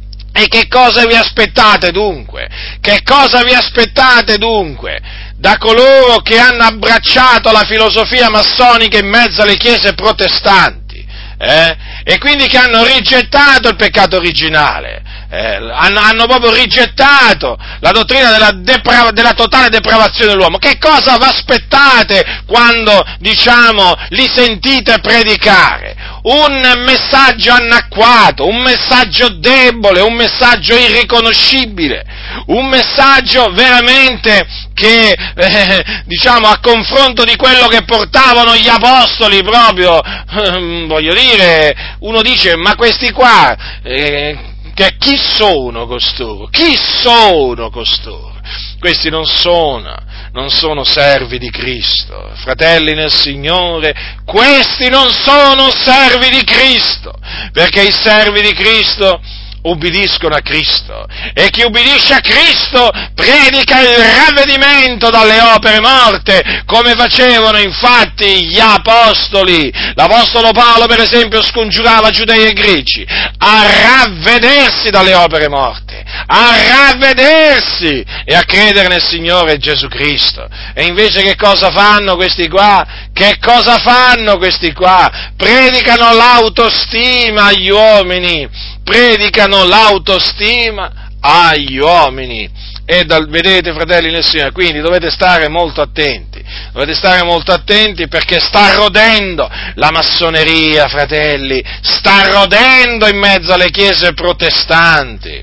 E che cosa vi aspettate dunque? Che cosa vi aspettate dunque da coloro che hanno abbracciato la filosofia massonica in mezzo alle chiese protestanti? Eh? E quindi che hanno rigettato il peccato originale, eh, hanno, hanno proprio rigettato la dottrina della, depra- della totale depravazione dell'uomo. Che cosa vi aspettate quando, diciamo, li sentite predicare? Un messaggio annacquato, un messaggio debole, un messaggio irriconoscibile, un messaggio veramente che, eh, diciamo, a confronto di quello che portavano gli apostoli proprio, eh, voglio dire, uno dice, ma questi qua, eh, che chi sono costoro? Chi sono costoro? Questi non sono, non sono servi di Cristo, fratelli nel Signore, questi non sono servi di Cristo, perché i servi di Cristo ubbidiscono a Cristo, e chi ubbidisce a Cristo predica il ravvedimento dalle opere morte, come facevano infatti gli apostoli. L'apostolo Paolo, per esempio, scongiurava giudei e greci a ravvedersi dalle opere morte, a ravvedersi e a credere nel Signore Gesù Cristo. E invece che cosa fanno questi qua? Che cosa fanno questi qua? Predicano l'autostima agli uomini, predicano l'autostima agli uomini. E dal, vedete, fratelli nel Signore, quindi dovete stare molto attenti, dovete stare molto attenti perché sta rodendo la massoneria, fratelli, sta rodendo in mezzo alle chiese protestanti.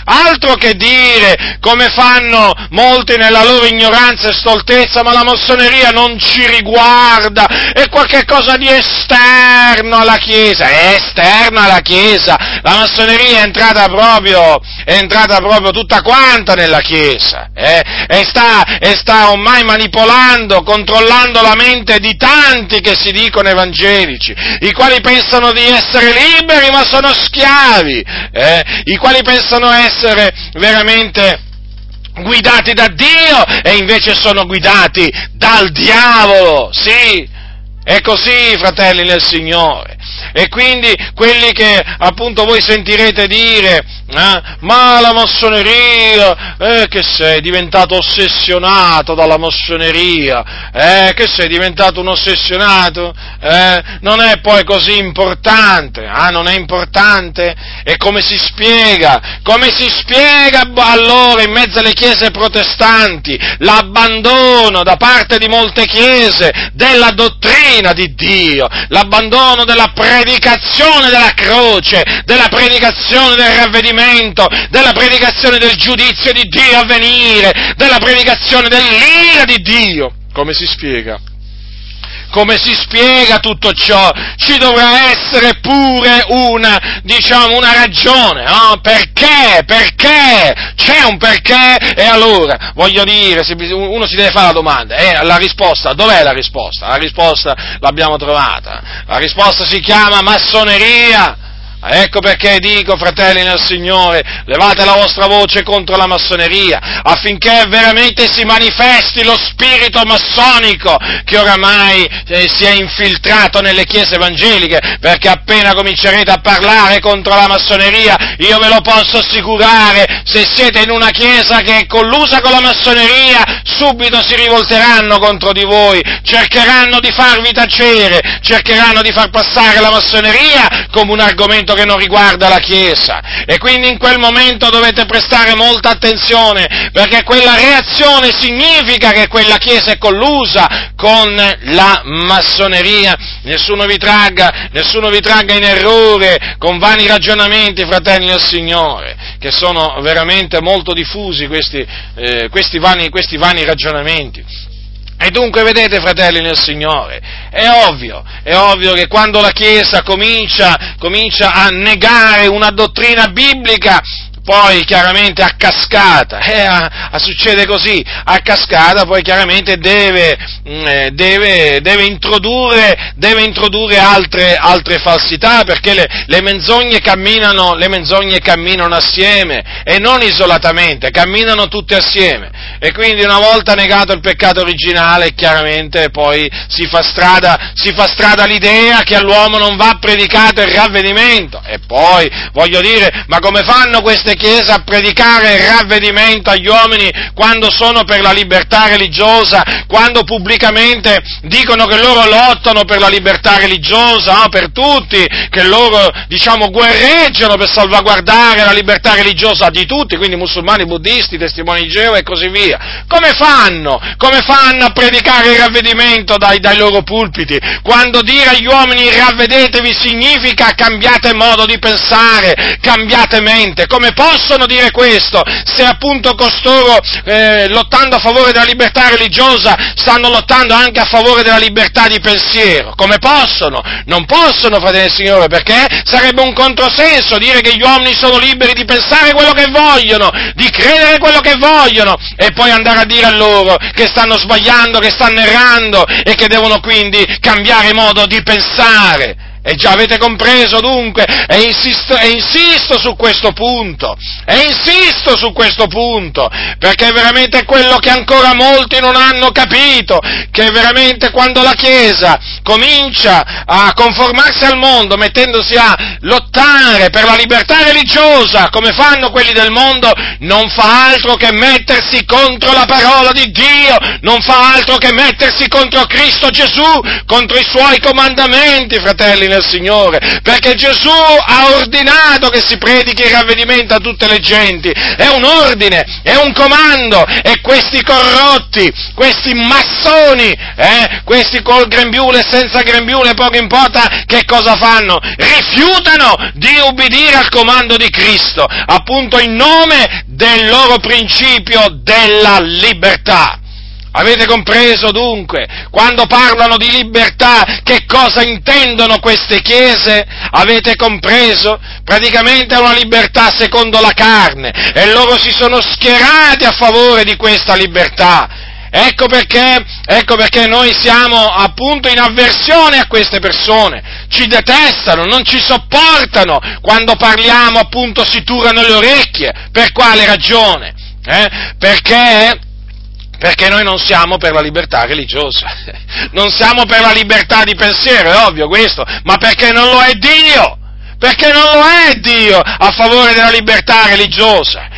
altro che dire, come fanno molti nella loro ignoranza e stoltezza, ma la massoneria non ci riguarda, è qualche cosa di esterno alla Chiesa, è esterno alla Chiesa, la massoneria è entrata proprio, è entrata proprio tutta quanta nella Chiesa, eh? e, sta, e sta ormai manipolando, controllando la mente di tanti che si dicono evangelici, i quali pensano di essere liberi ma sono schiavi, eh? i quali pensano essere veramente guidati da Dio e invece sono guidati dal diavolo, sì, è così, fratelli nel Signore. E quindi quelli che appunto voi sentirete dire, eh, ma la massoneria, eh, che sei diventato ossessionato dalla massoneria, eh, che sei diventato un ossessionato, eh, non è poi così importante, ah, non è importante? E come si spiega? Come si spiega allora in mezzo alle chiese protestanti l'abbandono da parte di molte chiese della dottrina di Dio, l'abbandono della predicazione della croce, della predicazione del ravvedimento, della predicazione del giudizio di Dio a venire, della predicazione dell'ira di Dio? Come si spiega? Come si spiega tutto ciò? Ci dovrà essere pure una, diciamo, una ragione, no? Perché? Perché? C'è un perché? E allora, voglio dire, uno si deve fare la domanda, eh, la risposta, dov'è la risposta? La risposta l'abbiamo trovata, la risposta si chiama massoneria. Ecco perché dico, fratelli nel Signore, levate la vostra voce contro la massoneria, affinché veramente si manifesti lo spirito massonico che oramai eh, si è infiltrato nelle chiese evangeliche, perché appena comincerete a parlare contro la massoneria, io ve lo posso assicurare, se siete in una chiesa che è collusa con la massoneria, subito si rivolteranno contro di voi, cercheranno di farvi tacere, cercheranno di far passare la massoneria come un argomento che non riguarda la Chiesa, e quindi in quel momento dovete prestare molta attenzione, perché quella reazione significa che quella Chiesa è collusa con la massoneria. Nessuno vi tragga, nessuno vi tragga in errore con vani ragionamenti, fratelli del Signore, che sono veramente molto diffusi questi, eh, questi, vani, questi vani ragionamenti. E dunque, vedete, fratelli nel Signore, è ovvio, è ovvio che quando la Chiesa comincia, comincia a negare una dottrina biblica, poi chiaramente a cascata, eh, a, a succede così, a cascata poi chiaramente deve, mh, deve, deve introdurre, deve introdurre altre, altre falsità, perché le, le menzogne camminano, le menzogne camminano assieme, e non isolatamente, camminano tutte assieme, e quindi una volta negato il peccato originale, chiaramente poi si fa strada, si fa strada l'idea che all'uomo non va predicato il ravvedimento, e poi, voglio dire, ma come fanno queste Chiesa a predicare il ravvedimento agli uomini quando sono per la libertà religiosa, quando pubblicamente dicono che loro lottano per la libertà religiosa, no, per tutti, che loro, diciamo, guerreggiano per salvaguardare la libertà religiosa di tutti, quindi musulmani, buddisti, testimoni di Geova e così via. Come fanno? Come fanno a predicare il ravvedimento dai, dai loro pulpiti? Quando dire agli uomini ravvedetevi significa cambiate modo di pensare, cambiate mente. Come possono dire questo se appunto costoro, eh, lottando a favore della libertà religiosa, stanno lottando anche a favore della libertà di pensiero? Come possono? Non possono, fratelli del Signore, perché sarebbe un controsenso dire che gli uomini sono liberi di pensare quello che vogliono, di credere quello che vogliono, e poi andare a dire a loro che stanno sbagliando, che stanno errando e che devono quindi cambiare modo di pensare. E già avete compreso dunque, e insisto, e insisto su questo punto, e insisto su questo punto, perché veramente è quello che ancora molti non hanno capito, che veramente quando la Chiesa comincia a conformarsi al mondo, mettendosi a lottare per la libertà religiosa, come fanno quelli del mondo, non fa altro che mettersi contro la parola di Dio, non fa altro che mettersi contro Cristo Gesù, contro i Suoi comandamenti, fratelli nel Signore, perché Gesù ha ordinato che si predichi il ravvedimento a tutte le genti, è un ordine, è un comando, e questi corrotti, questi massoni, eh, questi col grembiule senza grembiule, poco importa che cosa fanno, rifiutano di ubbidire al comando di Cristo, appunto in nome del loro principio della libertà. Avete compreso dunque, quando parlano di libertà, che cosa intendono queste chiese? Avete compreso? Praticamente è una libertà secondo la carne, e loro si sono schierati a favore di questa libertà. Ecco perché, ecco perché noi siamo appunto in avversione a queste persone, ci detestano, non ci sopportano, quando parliamo appunto si turano le orecchie. Per quale ragione? Eh? Perché... Perché noi non siamo per la libertà religiosa, non siamo per la libertà di pensiero, è ovvio questo, ma perché non lo è Dio, perché non lo è Dio a favore della libertà religiosa.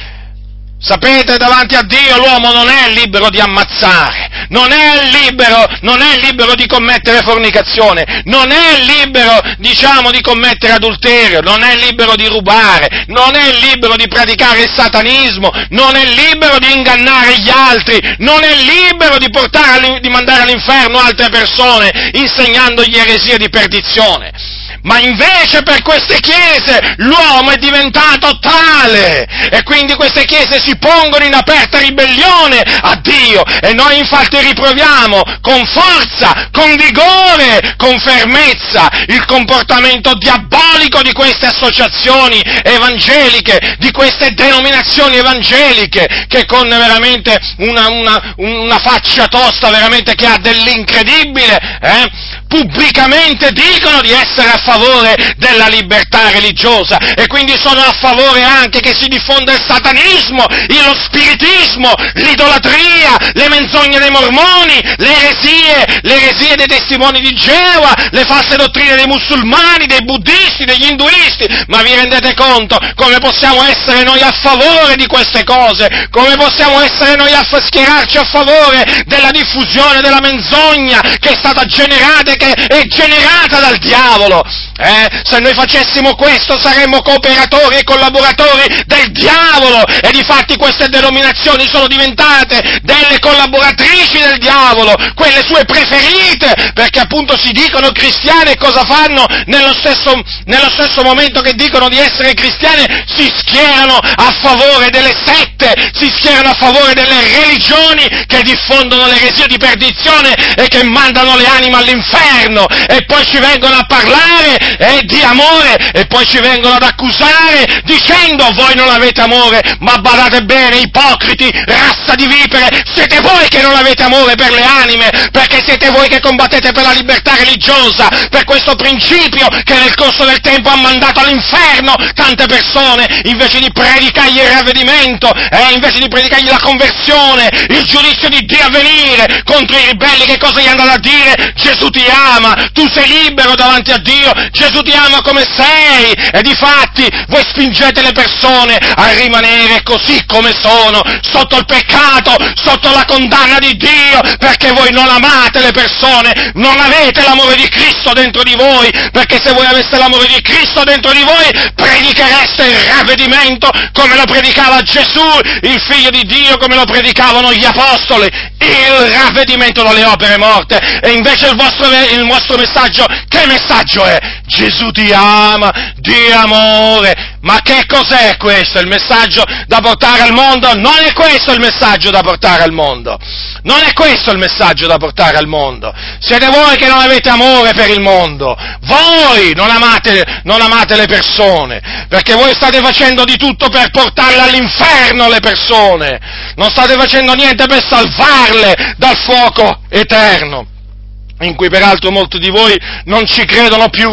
Sapete, davanti a Dio l'uomo non è libero di ammazzare, non è libero, non è libero di commettere fornicazione, non è libero, diciamo, di commettere adulterio, non è libero di rubare, non è libero di praticare il satanismo, non è libero di ingannare gli altri, non è libero di portare, di mandare all'inferno altre persone, insegnandogli eresie di perdizione. Ma invece per queste chiese l'uomo è diventato tale, e quindi queste chiese si pongono in aperta ribellione a Dio, e noi infatti riproviamo con forza, con vigore, con fermezza il comportamento diabolico di queste associazioni evangeliche, di queste denominazioni evangeliche, che con veramente una, una, una faccia tosta veramente che ha dell'incredibile, eh, pubblicamente dicono di essere a favore della libertà religiosa, e quindi sono a favore anche che si diffonda il satanismo, lo spiritismo, l'idolatria, le menzogne dei mormoni, le eresie, le eresie dei testimoni di Geova, le false dottrine dei musulmani, dei buddisti, degli induisti. Ma vi rendete conto come possiamo essere noi a favore di queste cose? Come possiamo essere noi a schierarci a favore della diffusione della menzogna che è stata generata e che è generata dal diavolo? Eh? Se noi facessimo questo saremmo cooperatori e collaboratori del diavolo, e difatti queste denominazioni sono diventate delle collaboratrici del diavolo, quelle sue preferite, perché appunto si dicono cristiane, e cosa fanno? Nello stesso, nello stesso momento che dicono di essere cristiane si schierano a favore delle sette, si schierano a favore delle religioni che diffondono l'eresia di perdizione e che mandano le anime all'inferno, e poi ci vengono a parlare eh, di amore, e poi ci vengono ad accusare dicendo: voi non avete amore. Ma badate bene, ipocriti, razza di vipere, siete voi che non avete amore per le anime, perché siete voi che combattete per la libertà religiosa, per questo principio che nel corso del tempo ha mandato all'inferno tante persone, invece di predicargli il ravvedimento, eh, invece di predicargli la conversione, il giudizio di Dio a venire contro i ribelli. Che cosa gli è andato a dire? Gesù ti ama, tu sei libero davanti a Dio, Gesù ti ama come sei, e difatti voi spingete le persone a rimanere così come sono, sotto il peccato, sotto la condanna di Dio, perché voi non amate le persone, non avete l'amore di Cristo dentro di voi, perché se voi aveste l'amore di Cristo dentro di voi, predichereste il ravvedimento come lo predicava Gesù, il Figlio di Dio, come lo predicavano gli Apostoli, il ravvedimento dalle opere morte. E invece il vostro, il vostro messaggio, che messaggio è? Gesù ti ama, di amore. Ma che cos'è questo? Il messaggio da portare al mondo? Non è questo il messaggio da portare al mondo. Non è questo il messaggio da portare al mondo. Siete voi che non avete amore per il mondo. Voi non amate, non amate le persone, perché voi state facendo di tutto per portarle all'inferno le persone. Non state facendo niente per salvarle dal fuoco eterno, in cui peraltro molti di voi non ci credono più.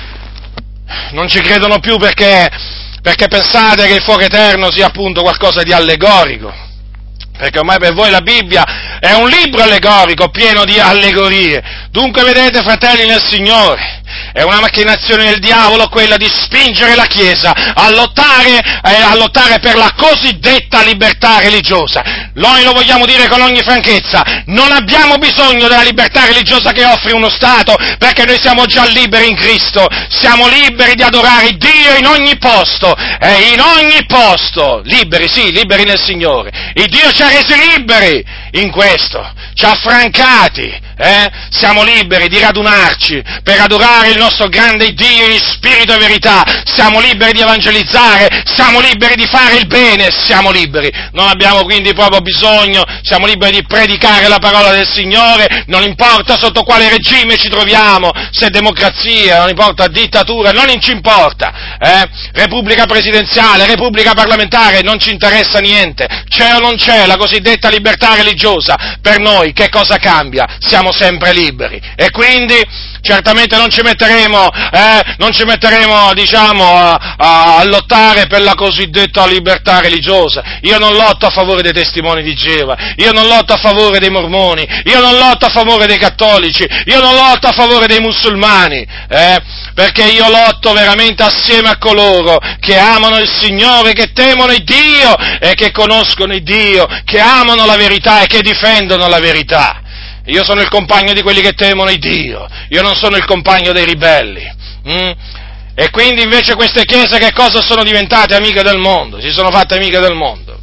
Non ci credono più perché, perché pensate che il fuoco eterno sia appunto qualcosa di allegorico, perché ormai per voi la Bibbia è un libro allegorico, pieno di allegorie. Dunque vedete, fratelli nel Signore, È una macchinazione del diavolo quella di spingere la Chiesa a lottare, eh, a lottare per la cosiddetta libertà religiosa. Noi lo vogliamo dire con ogni franchezza, non abbiamo bisogno della libertà religiosa che offre uno Stato, perché noi siamo già liberi in Cristo, siamo liberi di adorare Dio in ogni posto, eh, in ogni posto, liberi, sì, liberi nel Signore. Il Dio ci ha resi liberi in questo, ci ha affrancati, eh? Siamo liberi di radunarci per adorare il nostro grande Dio in spirito e verità, siamo liberi di evangelizzare, siamo liberi di fare il bene, siamo liberi, non abbiamo quindi proprio bisogno, siamo liberi di predicare la parola del Signore, non importa sotto quale regime ci troviamo, se democrazia, non importa dittatura, non ci importa, eh? Repubblica presidenziale, repubblica parlamentare, non ci interessa niente, c'è o non c'è la cosiddetta libertà religiosa, per noi che cosa cambia? Siamo sempre liberi e quindi certamente non ci metteremo, eh, non ci metteremo, diciamo, a, a, a lottare per la cosiddetta libertà religiosa. Io non lotto a favore dei testimoni di Geova, io non lotto a favore dei mormoni, io non lotto a favore dei cattolici, io non lotto a favore dei musulmani, eh, perché io lotto veramente assieme a coloro che amano il Signore, che temono il Dio e che conoscono il Dio, che amano la verità e che difendono la verità. Io sono il compagno di quelli che temono il Dio, io non sono il compagno dei ribelli. Mm? E quindi invece queste chiese che cosa sono diventate? Amiche del mondo, si sono fatte amiche del mondo,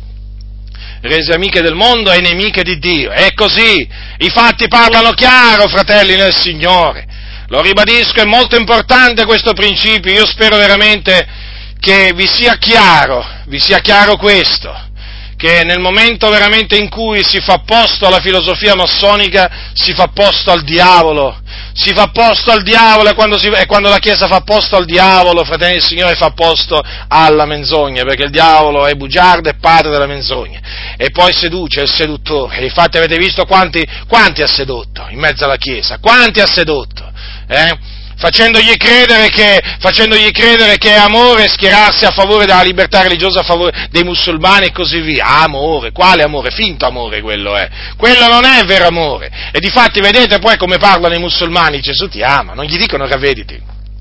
rese amiche del mondo e nemiche di Dio. È così, i fatti parlano chiaro, fratelli nel Signore. Lo ribadisco, è molto importante questo principio, io spero veramente che vi sia chiaro, vi sia chiaro questo, che nel momento veramente in cui si fa posto alla filosofia massonica, si fa posto al diavolo, si fa posto al diavolo e quando, si, e quando la Chiesa fa posto al diavolo, fratelli del Signore, fa posto alla menzogna, perché il diavolo è bugiardo e padre della menzogna, e poi seduce, è il seduttore, e infatti avete visto quanti, quanti ha sedotto in mezzo alla Chiesa, quanti ha sedotto, eh? Facendogli credere che, facendogli credere che è amore schierarsi a favore della libertà religiosa, a favore dei musulmani e così via. Ah, amore, quale amore? Finto amore quello è. Quello non è vero amore. E difatti vedete poi come parlano i musulmani, Gesù ti ama, non gli dicono ravvediti,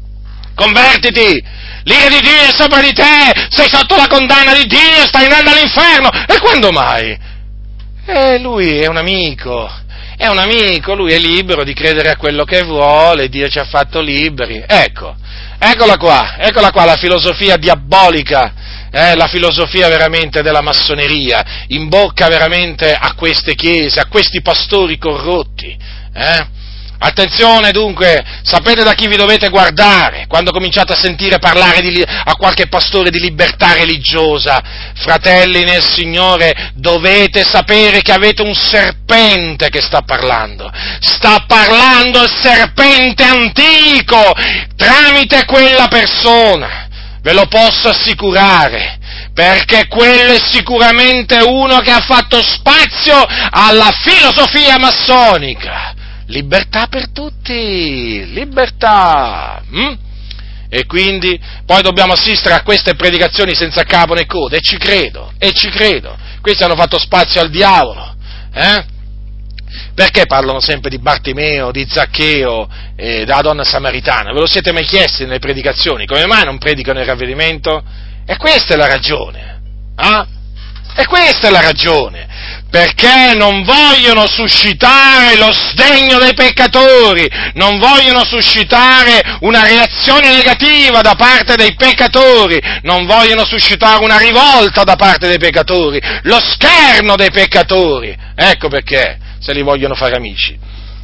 convertiti, l'ira di Dio è sopra di te, sei sotto la condanna di Dio, stai andando all'inferno. E quando mai? Eh, lui è un amico. È un amico, lui è libero di credere a quello che vuole, Dio ci ha fatto liberi. Ecco, eccola qua, eccola qua la filosofia diabolica, eh, la filosofia veramente della massoneria, in bocca veramente a queste chiese, a questi pastori corrotti, eh? Attenzione dunque, sapete da chi vi dovete guardare quando cominciate a sentire parlare di, a qualche pastore di libertà religiosa. Fratelli nel Signore, dovete sapere che avete un serpente che sta parlando. Sta parlando il serpente antico tramite quella persona, ve lo posso assicurare. Perché quello è sicuramente uno che ha fatto spazio alla filosofia massonica. Libertà per tutti, libertà! Mm? E quindi poi dobbiamo assistere a queste predicazioni senza capo né coda, e ci credo, e ci credo. Questi hanno fatto spazio al diavolo, eh? Perché parlano sempre di Bartimeo, di Zaccheo, eh, della donna samaritana? Ve lo siete mai chiesti nelle predicazioni? Come mai non predicano il ravvedimento? E questa è la ragione, eh? E questa è la ragione, perché non vogliono suscitare lo sdegno dei peccatori, non vogliono suscitare una reazione negativa da parte dei peccatori, non vogliono suscitare una rivolta da parte dei peccatori, lo scherno dei peccatori. Ecco perché se li vogliono fare amici.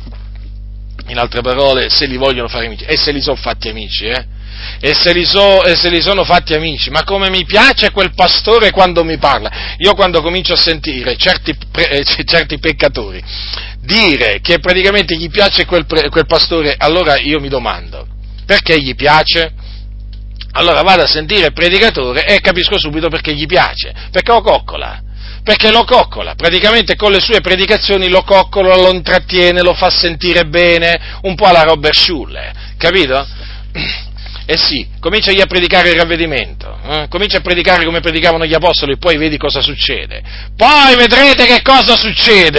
In altre parole, se li vogliono fare amici, e se li sono fatti amici, eh? E se, li so, e se li sono fatti amici, ma come mi piace quel pastore quando mi parla. Io quando comincio a sentire certi, eh, certi peccatori dire che praticamente gli piace quel, quel pastore, allora io mi domando, perché gli piace? Allora vado a sentire il predicatore e capisco subito perché gli piace, perché lo coccola. Perché lo coccola, praticamente con le sue predicazioni lo coccola, lo intrattiene, lo fa sentire bene, un po' alla Robert Schuller, capito? Eh sì, cominciagli a predicare il ravvedimento, eh? Comincia a predicare come predicavano gli apostoli e poi vedi cosa succede. Poi vedrete che cosa succede,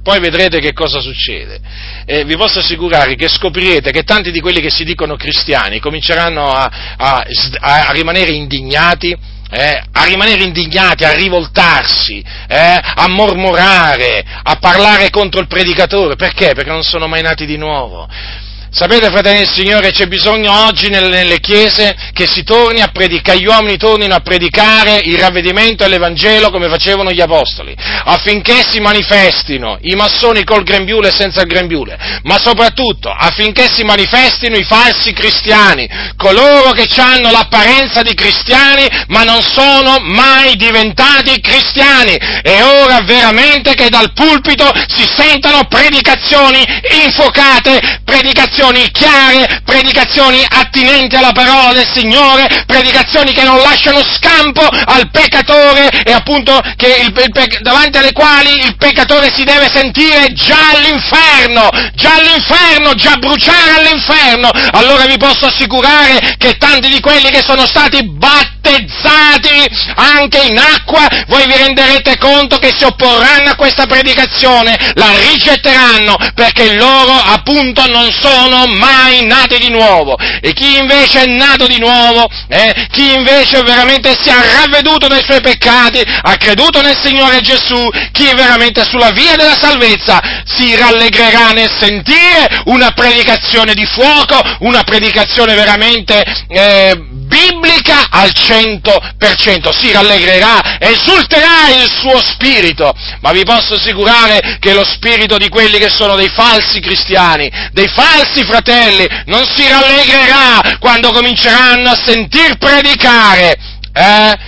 poi vedrete che cosa succede. Eh, vi posso assicurare che scoprirete che tanti di quelli che si dicono cristiani cominceranno a, a, a rimanere indignati, Eh, a rimanere indignati, a rivoltarsi, eh, a mormorare, a parlare contro il predicatore. Perché? Perché non sono mai nati di nuovo. Sapete, fratelli del Signore, c'è bisogno oggi nelle, nelle chiese che si torni a predicare, gli uomini tornino a predicare il ravvedimento e l'Evangelo come facevano gli apostoli, affinché si manifestino i massoni col grembiule e senza il grembiule, ma soprattutto affinché si manifestino i falsi cristiani, coloro che hanno l'apparenza di cristiani ma non sono mai diventati cristiani. È ora veramente che dal pulpito si sentano predicazioni infuocate, predicazioni chiare, predicazioni attinenti alla parola del Signore, predicazioni che non lasciano scampo al peccatore e appunto che il, il, davanti alle quali il peccatore si deve sentire già all'inferno, già all'inferno, già bruciare all'inferno. Allora vi posso assicurare che tanti di quelli che sono stati battezzati anche in acqua, voi vi renderete conto che si opporranno a questa predicazione, la rigetteranno, perché loro appunto non sono mai nati di nuovo. E chi invece è nato di nuovo, eh, chi invece veramente si è ravveduto dai suoi peccati, ha creduto nel Signore Gesù, chi veramente è sulla via della salvezza, si rallegrerà nel sentire una predicazione di fuoco, una predicazione veramente eh, biblica al cento per cento, si rallegrerà, esulterà il suo spirito. Ma vi posso assicurare che lo spirito di quelli che sono dei falsi cristiani, dei falsi fratelli, non si rallegrerà quando cominceranno a sentir predicare, eh,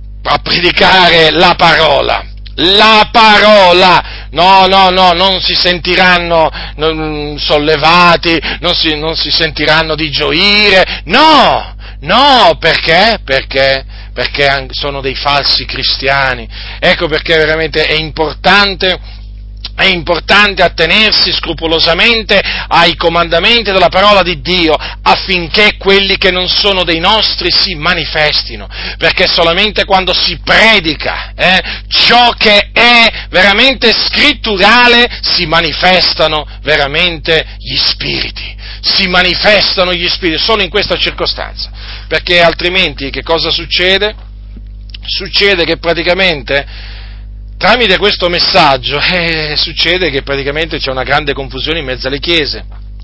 a predicare la parola, la parola. No, no, no, non si sentiranno non, sollevati, non si, non si sentiranno di gioire, no, no, perché? Perché? Perché sono dei falsi cristiani. Ecco perché veramente è importante È importante attenersi scrupolosamente ai comandamenti della parola di Dio, affinché quelli che non sono dei nostri si manifestino, perché solamente quando si predica eh, ciò che è veramente scritturale si manifestano veramente gli spiriti, si manifestano gli spiriti, solo in questa circostanza, perché altrimenti che cosa succede? Succede che praticamente tramite questo messaggio eh, succede che praticamente c'è una grande confusione in mezzo alle chiese.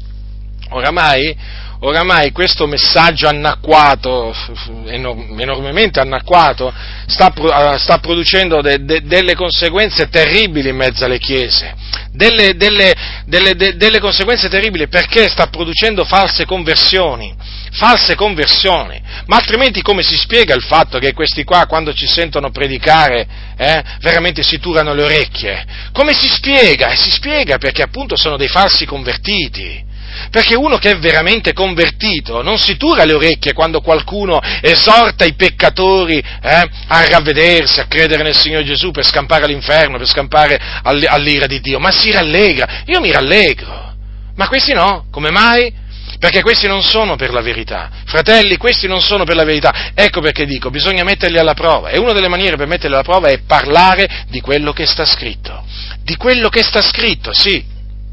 Oramai, oramai questo messaggio annacquato, enormemente annacquato, sta, sta producendo de, de, delle conseguenze terribili in mezzo alle chiese, delle, delle, delle, de, delle conseguenze terribili perché sta producendo false conversioni, false conversioni, ma altrimenti come si spiega il fatto che questi qua quando ci sentono predicare eh, veramente si turano le orecchie? Come si spiega? Si spiega perché appunto sono dei falsi convertiti. Perché uno che è veramente convertito non si tura le orecchie quando qualcuno esorta i peccatori eh, a ravvedersi, a credere nel Signore Gesù per scampare all'inferno, per scampare all'ira di Dio, ma si rallegra. Io mi rallegro, ma questi no, come mai? Perché questi non sono per la verità. Fratelli, questi non sono per la verità. Ecco perché dico, bisogna metterli alla prova. E una delle maniere per metterli alla prova è parlare di quello che sta scritto. Di quello che sta scritto, sì.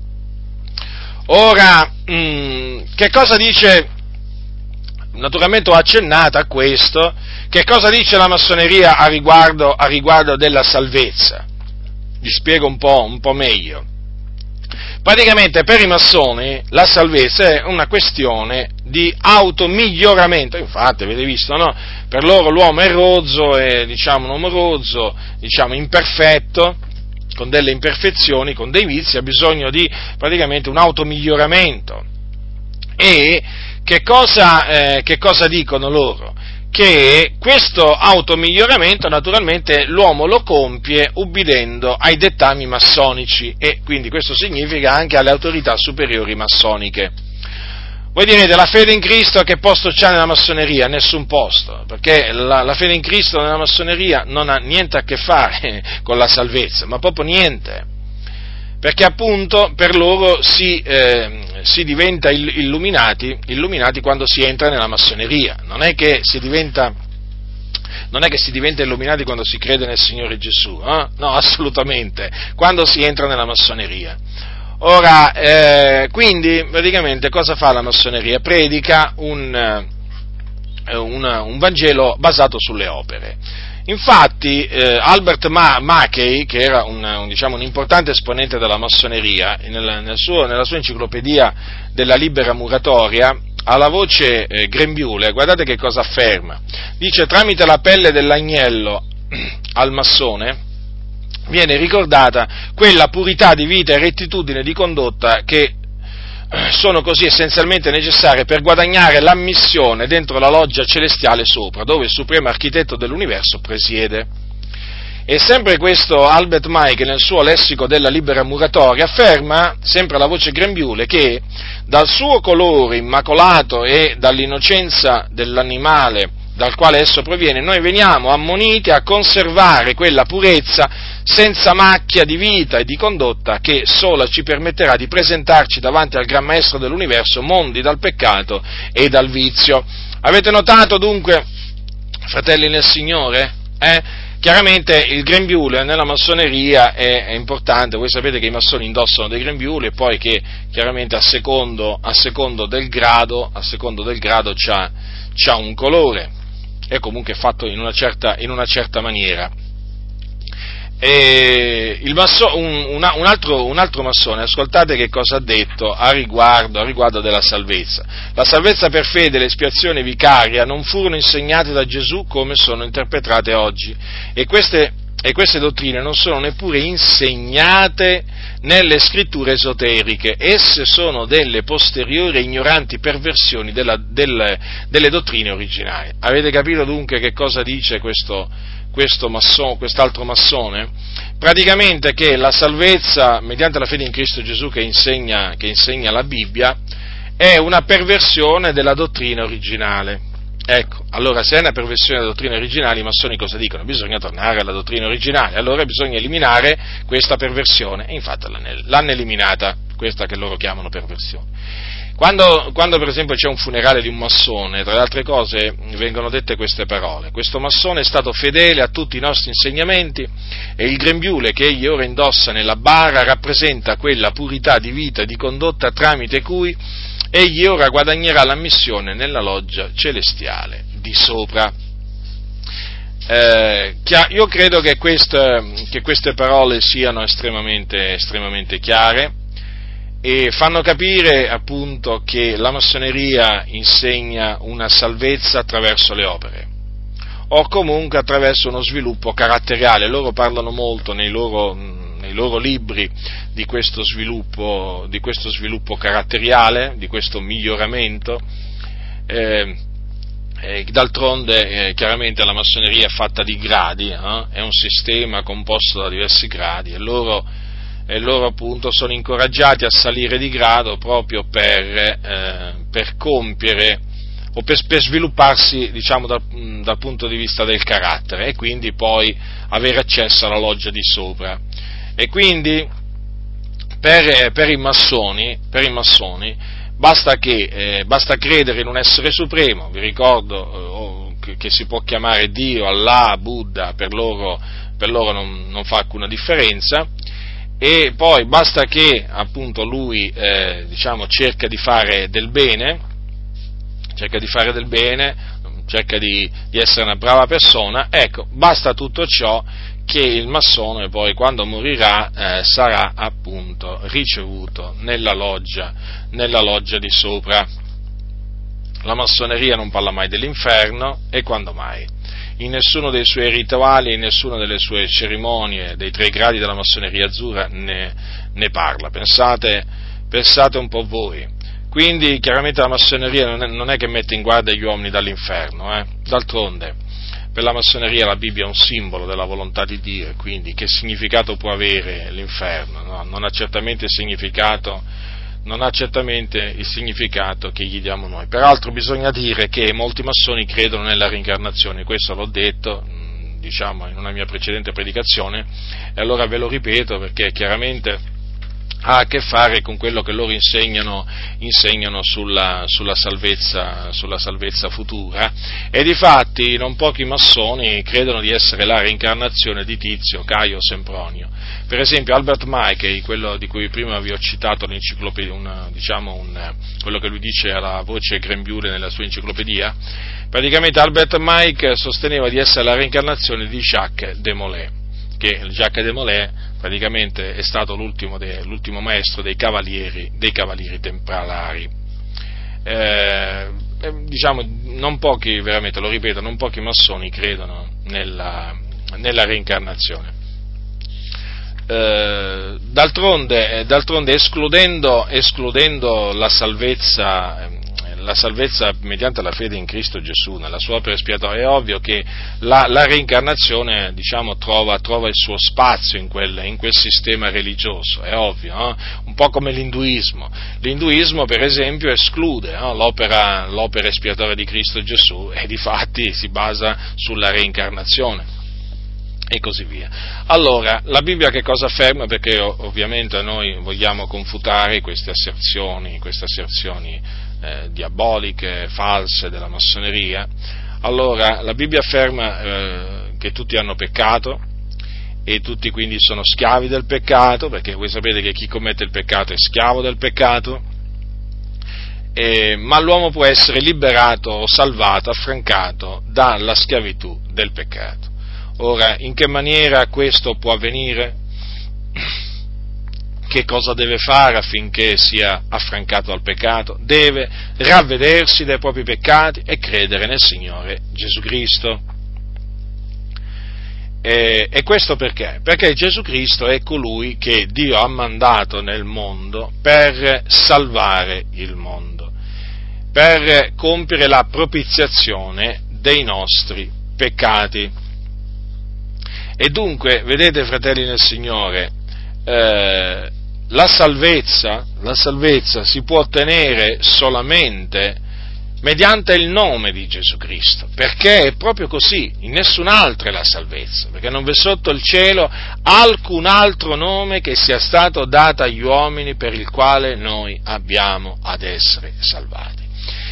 Ora, mh, che cosa dice, naturalmente ho accennato a questo, che cosa dice la massoneria a riguardo, a riguardo della salvezza? Vi spiego un po', un po' meglio. Praticamente per i massoni la salvezza è una questione di automiglioramento, infatti avete visto, no? Per loro l'uomo è rozzo, è diciamo un uomo rozzo, diciamo imperfetto, con delle imperfezioni, con dei vizi, ha bisogno di praticamente un automiglioramento. E che cosa, eh, che cosa dicono loro? Che questo automiglioramento naturalmente l'uomo lo compie ubbidendo ai dettami massonici e quindi questo significa anche alle autorità superiori massoniche. Voi direte, la fede in Cristo che posto c'ha nella massoneria? Nessun posto, perché la, la fede in Cristo nella massoneria non ha niente a che fare con la salvezza, ma proprio niente, perché appunto per loro si, eh, si diventa illuminati, illuminati quando si entra nella massoneria, non è che si diventa Non è che si diventa illuminati quando si crede nel Signore Gesù, eh? No, assolutamente, quando si entra nella massoneria. Ora, eh, quindi, praticamente cosa fa la massoneria? Predica un, eh, un, un Vangelo basato sulle opere. Infatti, eh, Albert Ma- Mackey, che era un, un, diciamo, un importante esponente della massoneria, nel, nel suo, nella sua enciclopedia della Libera Muratoria, alla voce eh, grembiule, guardate che cosa afferma. Dice: tramite la pelle dell'agnello al massone viene ricordata quella purità di vita e rettitudine di condotta che sono così essenzialmente necessarie per guadagnare l'ammissione dentro la loggia celestiale sopra, dove il supremo architetto dell'universo presiede. E sempre questo Albert Mike, nel suo lessico della Libera Muratoria, afferma, sempre alla voce grembiule, che dal suo colore immacolato e dall'innocenza dell'animale dal quale esso proviene, noi veniamo ammoniti a conservare quella purezza senza macchia di vita e di condotta che sola ci permetterà di presentarci davanti al Gran Maestro dell'universo, mondi dal peccato e dal vizio. Avete notato dunque, fratelli nel Signore? Eh? Chiaramente il grembiule nella massoneria è, è importante, voi sapete che i massoni indossano dei grembiuli e poi che chiaramente a secondo, a secondo del grado, a secondo del grado c'ha, c'ha un colore, è comunque fatto in una certa, in una certa maniera. E il masso, un, una, un, altro, un altro massone, ascoltate che cosa ha detto a riguardo, a riguardo della salvezza. La salvezza per fede e l'espiazione vicaria non furono insegnate da Gesù come sono interpretate oggi, e queste, e queste dottrine non sono neppure insegnate nelle scritture esoteriche, esse sono delle posteriori e ignoranti perversioni della, del, delle dottrine originali. Avete capito dunque che cosa dice questo questo massone, quest'altro massone? Praticamente che la salvezza mediante la fede in Cristo Gesù che insegna, che insegna la Bibbia è una perversione della dottrina originale. Ecco, allora se è una perversione della dottrina originale, i massoni cosa dicono? Bisogna tornare alla dottrina originale, allora bisogna eliminare questa perversione, e infatti l'hanno, l'hanno eliminata, questa che loro chiamano perversione. Quando, quando per esempio c'è un funerale di un massone, tra le altre cose vengono dette queste parole: questo massone è stato fedele a tutti i nostri insegnamenti e il grembiule che egli ora indossa nella bara rappresenta quella purità di vita e di condotta tramite cui egli ora guadagnerà l'ammissione nella loggia celestiale di sopra. Eh, io credo che queste, che queste parole siano estremamente, estremamente chiare e fanno capire appunto che la massoneria insegna una salvezza attraverso le opere, o comunque attraverso uno sviluppo caratteriale. Loro parlano molto nei loro, nei loro libri di questo sviluppo, di questo sviluppo caratteriale, di questo miglioramento. Eh, eh, d'altronde eh, chiaramente la massoneria è fatta di gradi, eh? È un sistema composto da diversi gradi, e loro e loro appunto sono incoraggiati a salire di grado proprio per, eh, per compiere o per, per svilupparsi, diciamo, dal, dal punto di vista del carattere, e quindi poi avere accesso alla loggia di sopra. E quindi per, per i massoni, per i massoni basta che eh, basta credere in un essere supremo. Vi ricordo eh, che, che si può chiamare Dio, Allah, Buddha, per loro, per loro non, non fa alcuna differenza. E poi basta che appunto lui eh, diciamo cerca di fare del bene, cerca di fare del bene, cerca di, di essere una brava persona, ecco, basta tutto ciò che il massone poi quando morirà eh, sarà appunto ricevuto nella loggia, nella loggia di sopra. La massoneria non parla mai dell'inferno, e quando mai? In nessuno dei suoi rituali, in nessuna delle sue cerimonie dei tre gradi della massoneria azzurra ne, ne parla. Pensate, pensate un po' voi. Quindi chiaramente la massoneria non è, non è che mette in guardia gli uomini dall'inferno, eh? D'altronde per la massoneria la Bibbia è un simbolo della volontà di Dio, e quindi che significato può avere l'inferno? No? Non ha certamente il significato non ha certamente il significato che gli diamo noi. Peraltro bisogna dire che molti massoni credono nella reincarnazione, questo l'ho detto, diciamo, in una mia precedente predicazione, e allora ve lo ripeto perché chiaramente ha a che fare con quello che loro insegnano, insegnano sulla, sulla, salvezza, sulla salvezza futura, e difatti non pochi massoni credono di essere la reincarnazione di Tizio, Caio, Sempronio. Per esempio Albert Mackey, quello di cui prima vi ho citato l'enciclopedia, una, diciamo un, quello che lui dice alla voce grembiule nella sua enciclopedia, praticamente Albert Mackey sosteneva di essere la reincarnazione di Jacques de Molay, che Jacques de Molay praticamente è stato l'ultimo, de, l'ultimo maestro dei cavalieri, dei cavalieri templari. Eh, diciamo, non pochi, veramente, lo ripeto, non pochi massoni credono nella, nella reincarnazione. Eh, d'altronde, d'altronde escludendo, escludendo la salvezza, la salvezza mediante la fede in Cristo Gesù, nella sua opera espiatoria, è ovvio che la, la reincarnazione, diciamo, trova, trova il suo spazio in quel, in quel sistema religioso, è ovvio, no? Un po' come l'induismo. L'induismo, per esempio, esclude, no? l'opera, l'opera espiatoria di Cristo Gesù, e difatti si basa sulla reincarnazione, e così via. Allora, la Bibbia che cosa afferma? Perché ovviamente noi vogliamo confutare queste asserzioni, queste asserzioni eh, diaboliche, false della massoneria. Allora, la Bibbia afferma eh, che tutti hanno peccato e tutti quindi sono schiavi del peccato, perché voi sapete che chi commette il peccato è schiavo del peccato, eh, ma l'uomo può essere liberato o salvato, affrancato dalla schiavitù del peccato. Ora, in che maniera questo può avvenire? Che cosa deve fare affinché sia affrancato dal peccato? Deve ravvedersi dai propri peccati e credere nel Signore Gesù Cristo. E, e questo perché? Perché Gesù Cristo è colui che Dio ha mandato nel mondo per salvare il mondo, per compiere la propiziazione dei nostri peccati. E dunque, vedete, fratelli nel Signore, eh, la salvezza, la salvezza si può ottenere solamente mediante il nome di Gesù Cristo, perché è proprio così, in nessun'altra è la salvezza, perché non v'è sotto il cielo alcun altro nome che sia stato dato agli uomini per il quale noi abbiamo ad essere salvati.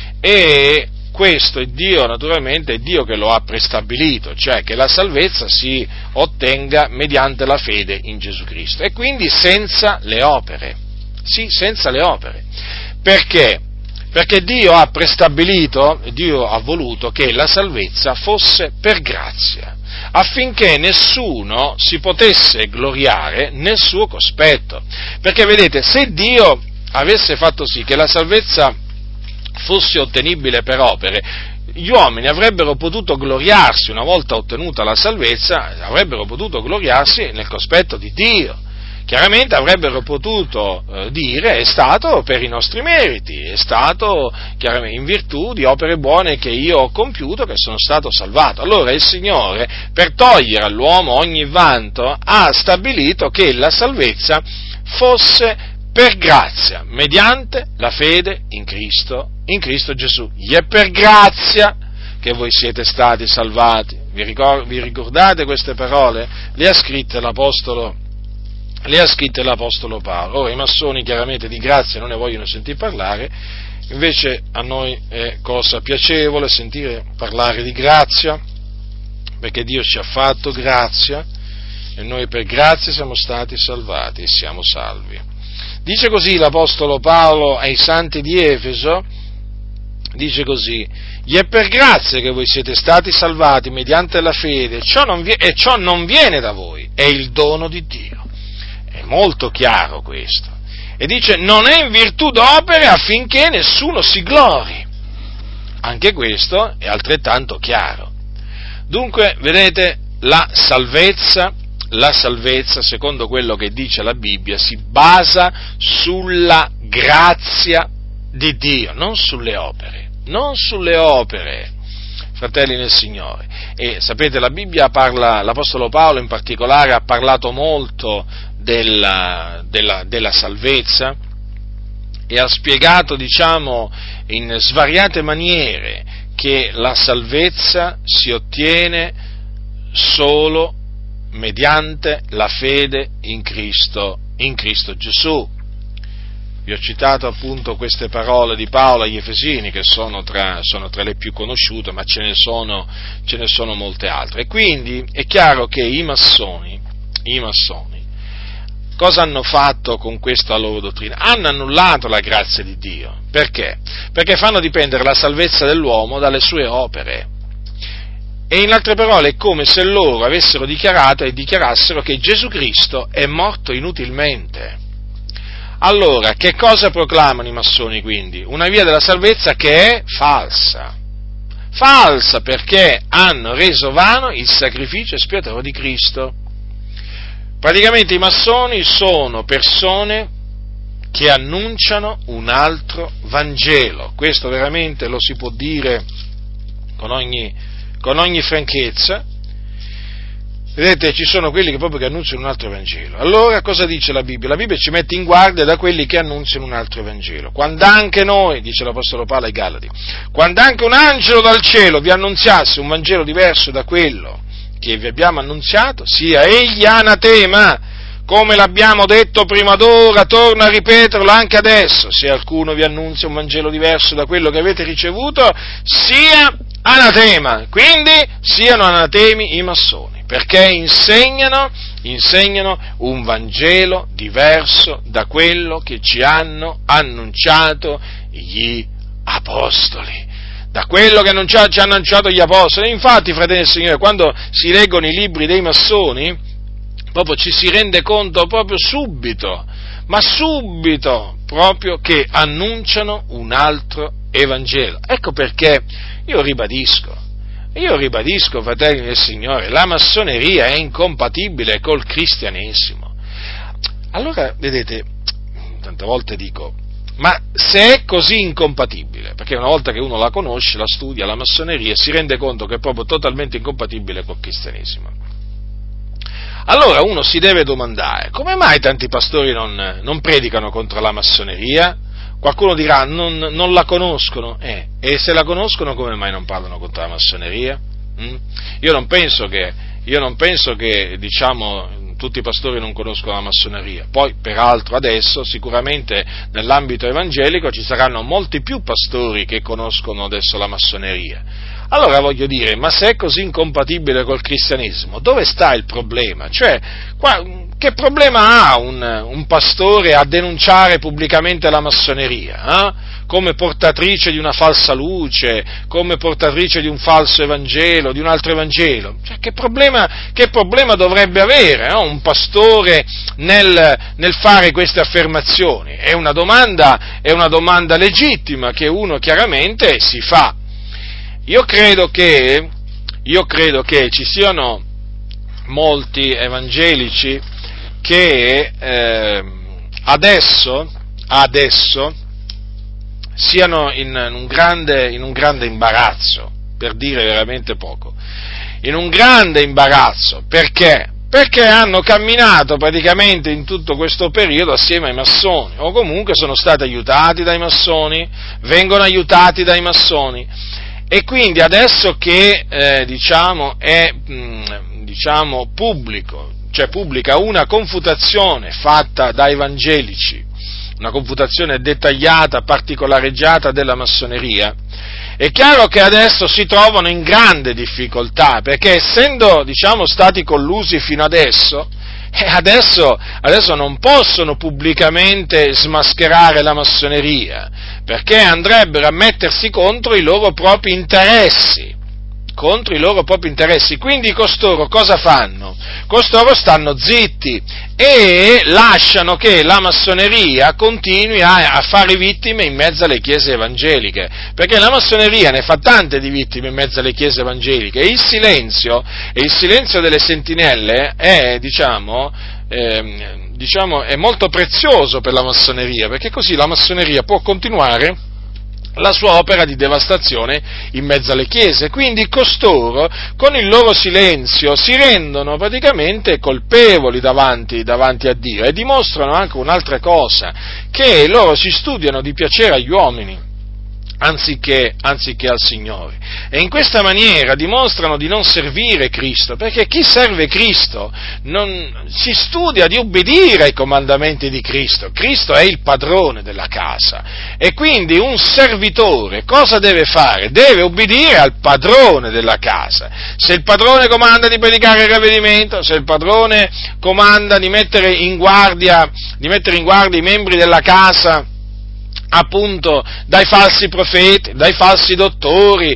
E questo è Dio, naturalmente, è Dio che lo ha prestabilito, cioè che la salvezza si ottenga mediante la fede in Gesù Cristo, e quindi senza le opere, sì, senza le opere. Perché? Perché Dio ha prestabilito, Dio ha voluto che la salvezza fosse per grazia, affinché nessuno si potesse gloriare nel suo cospetto. Perché vedete, se Dio avesse fatto sì che la salvezza fosse ottenibile per opere, gli uomini avrebbero potuto gloriarsi, una volta ottenuta la salvezza, avrebbero potuto gloriarsi nel cospetto di Dio. Chiaramente avrebbero potuto eh, dire è stato per i nostri meriti, è stato chiaramente in virtù di opere buone che io ho compiuto che sono stato salvato. Allora il Signore, per togliere all'uomo ogni vanto, ha stabilito che la salvezza fosse per grazia, mediante la fede in Cristo, in Cristo Gesù. Gli è per grazia che voi siete stati salvati. Vi, ricor- vi ricordate queste parole? Le ha scritte l'Apostolo Le ha scritte l'Apostolo Paolo. Ora i massoni chiaramente di grazia non ne vogliono sentire parlare, invece a noi è cosa piacevole sentire parlare di grazia, perché Dio ci ha fatto grazia e noi per grazia siamo stati salvati e siamo salvi. Dice così l'Apostolo Paolo ai santi di Efeso, dice così: gli è per grazia che voi siete stati salvati mediante la fede, ciò non vi- e ciò non viene da voi, è il dono di Dio. È molto chiaro questo. E dice, non è in virtù d'opere affinché nessuno si glori. Anche questo è altrettanto chiaro. Dunque, vedete, la salvezza, la salvezza, secondo quello che dice la Bibbia, si basa sulla grazia di Dio, non sulle opere, non sulle opere. Fratelli nel Signore, e sapete, la Bibbia parla, l'Apostolo Paolo in particolare ha parlato molto della, della, della salvezza e ha spiegato, diciamo, in svariate maniere che la salvezza si ottiene solo mediante la fede in Cristo, in Cristo Gesù. Vi ho citato appunto queste parole di Paolo agli Efesini, che sono tra, sono tra le più conosciute, ma ce ne sono, ce ne sono molte altre. E quindi è chiaro che i massoni, i massoni, cosa hanno fatto con questa loro dottrina? Hanno annullato la grazia di Dio. Perché? Perché fanno dipendere la salvezza dell'uomo dalle sue opere. E in altre parole è come se loro avessero dichiarato e dichiarassero che Gesù Cristo è morto inutilmente. Allora, che cosa proclamano i massoni quindi? Una via della salvezza che è falsa. Falsa perché hanno reso vano il sacrificio espiatorio di Cristo. Praticamente i massoni sono persone che annunciano un altro Vangelo. Questo veramente lo si può dire con ogni, con ogni franchezza. Vedete, ci sono quelli che proprio che annunciano un altro Vangelo. Allora cosa dice la Bibbia? La Bibbia ci mette in guardia da quelli che annunciano un altro Vangelo. Quando anche noi, dice l'Apostolo Paolo ai Galati, quando anche un angelo dal cielo vi annunziasse un Vangelo diverso da quello che vi abbiamo annunziato, sia egli anatema, come l'abbiamo detto prima d'ora, torno a ripeterlo anche adesso, se alcuno vi annunzia un Vangelo diverso da quello che avete ricevuto, sia anatema. Quindi siano anatemi i massoni, perché insegnano, insegnano un Vangelo diverso da quello che ci hanno annunciato gli apostoli. Da quello che ci hanno annunciato gli apostoli. Infatti, fratelli del Signore, quando si leggono i libri dei massoni, proprio ci si rende conto proprio subito, ma subito, proprio che annunciano un altro Evangelo. Ecco perché io ribadisco, io ribadisco, fratelli del Signore, la massoneria è incompatibile col cristianesimo. Allora, vedete, tante volte dico, ma se è così incompatibile, perché una volta che uno la conosce, la studia, la massoneria, si rende conto che è proprio totalmente incompatibile col cristianesimo, allora uno si deve domandare, come mai tanti pastori non, non predicano contro la massoneria? Qualcuno dirà, non, non la conoscono, eh, e se la conoscono come mai non parlano contro la massoneria? Mm? Io non penso che, io non penso che, diciamo, tutti i pastori non conoscono la massoneria. Poi, peraltro, adesso, sicuramente, nell'ambito evangelico ci saranno molti più pastori che conoscono adesso la massoneria. Allora voglio dire, ma se è così incompatibile col cristianesimo, dove sta il problema? Cioè, qua, che problema ha un, un pastore a denunciare pubblicamente la massoneria, eh? Come portatrice di una falsa luce, come portatrice di un falso evangelo, di un altro evangelo? Cioè, che problema, che problema dovrebbe avere, no? Un pastore nel, nel fare queste affermazioni? È una domanda, è una domanda legittima che uno chiaramente si fa. Io credo che, io credo che ci siano molti evangelici che eh, adesso, adesso siano in un grande, in un grande imbarazzo, per dire veramente poco, in un grande imbarazzo, perché? Perché hanno camminato praticamente in tutto questo periodo assieme ai massoni, o comunque sono stati aiutati dai massoni, vengono aiutati dai massoni. E quindi adesso che eh, diciamo è mh, diciamo pubblico, cioè pubblica una confutazione fatta da evangelici, una confutazione dettagliata, particolareggiata della massoneria, è chiaro che adesso si trovano in grande difficoltà, perché essendo diciamo stati collusi fino adesso, eh, adesso, adesso non possono pubblicamente smascherare la massoneria, perché andrebbero a mettersi contro i loro propri interessi, contro i loro propri interessi, quindi costoro cosa fanno? Costoro stanno zitti e lasciano che la massoneria continui a, a fare vittime in mezzo alle chiese evangeliche, perché la massoneria ne fa tante di vittime in mezzo alle chiese evangeliche, e il silenzio, e il silenzio delle sentinelle è, diciamo, eh, diciamo, è molto prezioso per la massoneria, perché così la massoneria può continuare la sua opera di devastazione in mezzo alle chiese. Quindi costoro, con il loro silenzio, si rendono praticamente colpevoli davanti, davanti a Dio, e dimostrano anche un'altra cosa, che loro si studiano di piacere agli uomini. Anziché, anziché al Signore. E in questa maniera dimostrano di non servire Cristo, perché chi serve Cristo non si studia di obbedire ai comandamenti di Cristo. Cristo è il padrone della casa e quindi un servitore cosa deve fare? Deve obbedire al padrone della casa. Se il padrone comanda di predicare il ravvedimento, se il padrone comanda di mettere in guardia, di mettere in guardia i membri della casa, appunto dai falsi profeti, dai falsi dottori,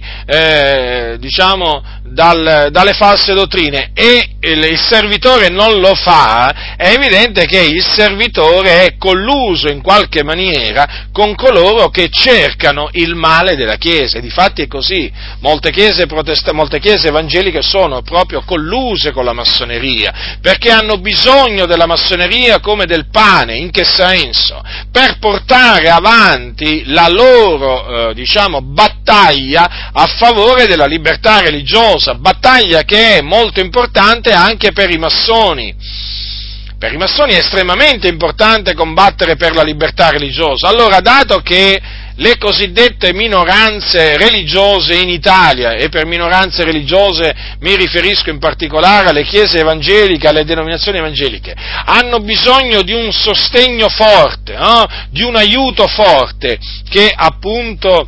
eh, diciamo dal, dalle false dottrine, e il, il servitore non lo fa, è evidente che il servitore è colluso in qualche maniera con coloro che cercano il male della Chiesa. E difatti è così, molte chiese protest- molte chiese evangeliche sono proprio colluse con la massoneria, perché hanno bisogno della massoneria come del pane. In che senso? Per portare avanti la loro, eh, diciamo, battaglia a favore della libertà religiosa, battaglia che è molto importante anche per i massoni. Per i massoni è estremamente importante combattere per la libertà religiosa. Allora, dato che le cosiddette minoranze religiose in Italia, e per minoranze religiose mi riferisco in particolare alle chiese evangeliche, alle denominazioni evangeliche, hanno bisogno di un sostegno forte, no? Di un aiuto forte che appunto,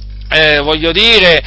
eh, voglio dire,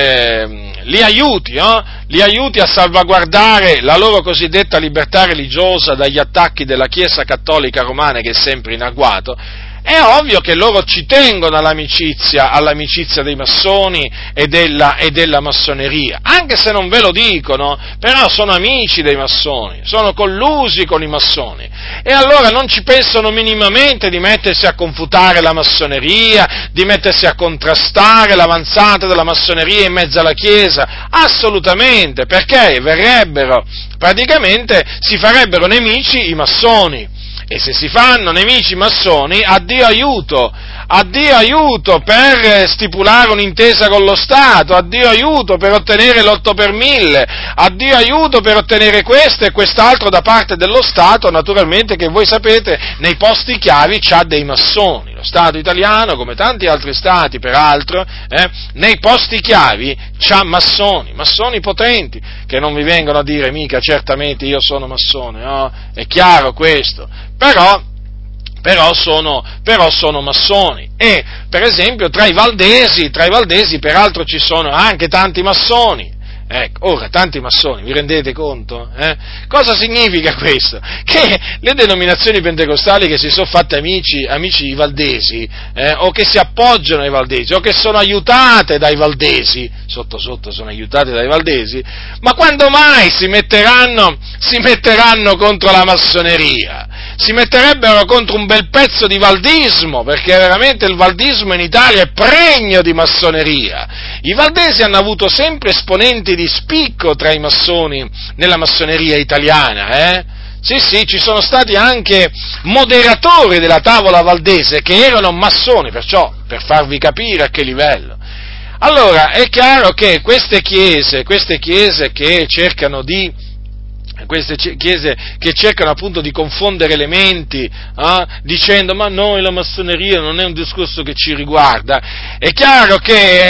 eh, li aiuti, no? li aiuti a salvaguardare la loro cosiddetta libertà religiosa dagli attacchi della Chiesa Cattolica Romana, che è sempre in agguato. È ovvio che loro ci tengono all'amicizia, all'amicizia dei massoni e della, e della massoneria, anche se non ve lo dicono, però sono amici dei massoni, sono collusi con i massoni, e allora non ci pensano minimamente di mettersi a confutare la massoneria, di mettersi a contrastare l'avanzata della massoneria in mezzo alla Chiesa, assolutamente, perché verrebbero, praticamente si farebbero nemici i massoni. E se si fanno nemici massoni, addio aiuto, addio aiuto per stipulare un'intesa con lo Stato, addio aiuto per ottenere l'otto per mille, addio aiuto per ottenere questo e quest'altro da parte dello Stato, naturalmente, che voi sapete nei posti chiavi c'ha dei massoni. Lo Stato italiano, come tanti altri Stati peraltro, eh, nei posti chiavi c'ha massoni, massoni potenti, che non vi vengono a dire mica certamente io sono massone, no? È chiaro questo. Però, però, sono, però sono massoni, e per esempio tra i valdesi, tra i valdesi peraltro ci sono anche tanti massoni. Ecco, ora, tanti massoni, vi rendete conto? Eh? Cosa significa questo? Che le denominazioni pentecostali che si sono fatte amici, amici i valdesi, eh, o che si appoggiano ai valdesi, o che sono aiutate dai valdesi, sotto sotto sono aiutate dai valdesi, ma quando mai si metteranno, si metteranno contro la massoneria? Si metterebbero contro un bel pezzo di valdismo, perché veramente il valdismo in Italia è pregno di massoneria. I valdesi hanno avuto sempre esponenti di spicco tra i massoni nella massoneria italiana, eh? Sì, sì, ci sono stati anche moderatori della tavola valdese che erano massoni, perciò, per farvi capire a che livello. Allora, è chiaro che queste chiese, queste chiese che cercano di queste chiese che cercano appunto di confondere le menti, eh, dicendo ma noi la massoneria non è un discorso che ci riguarda, è chiaro che,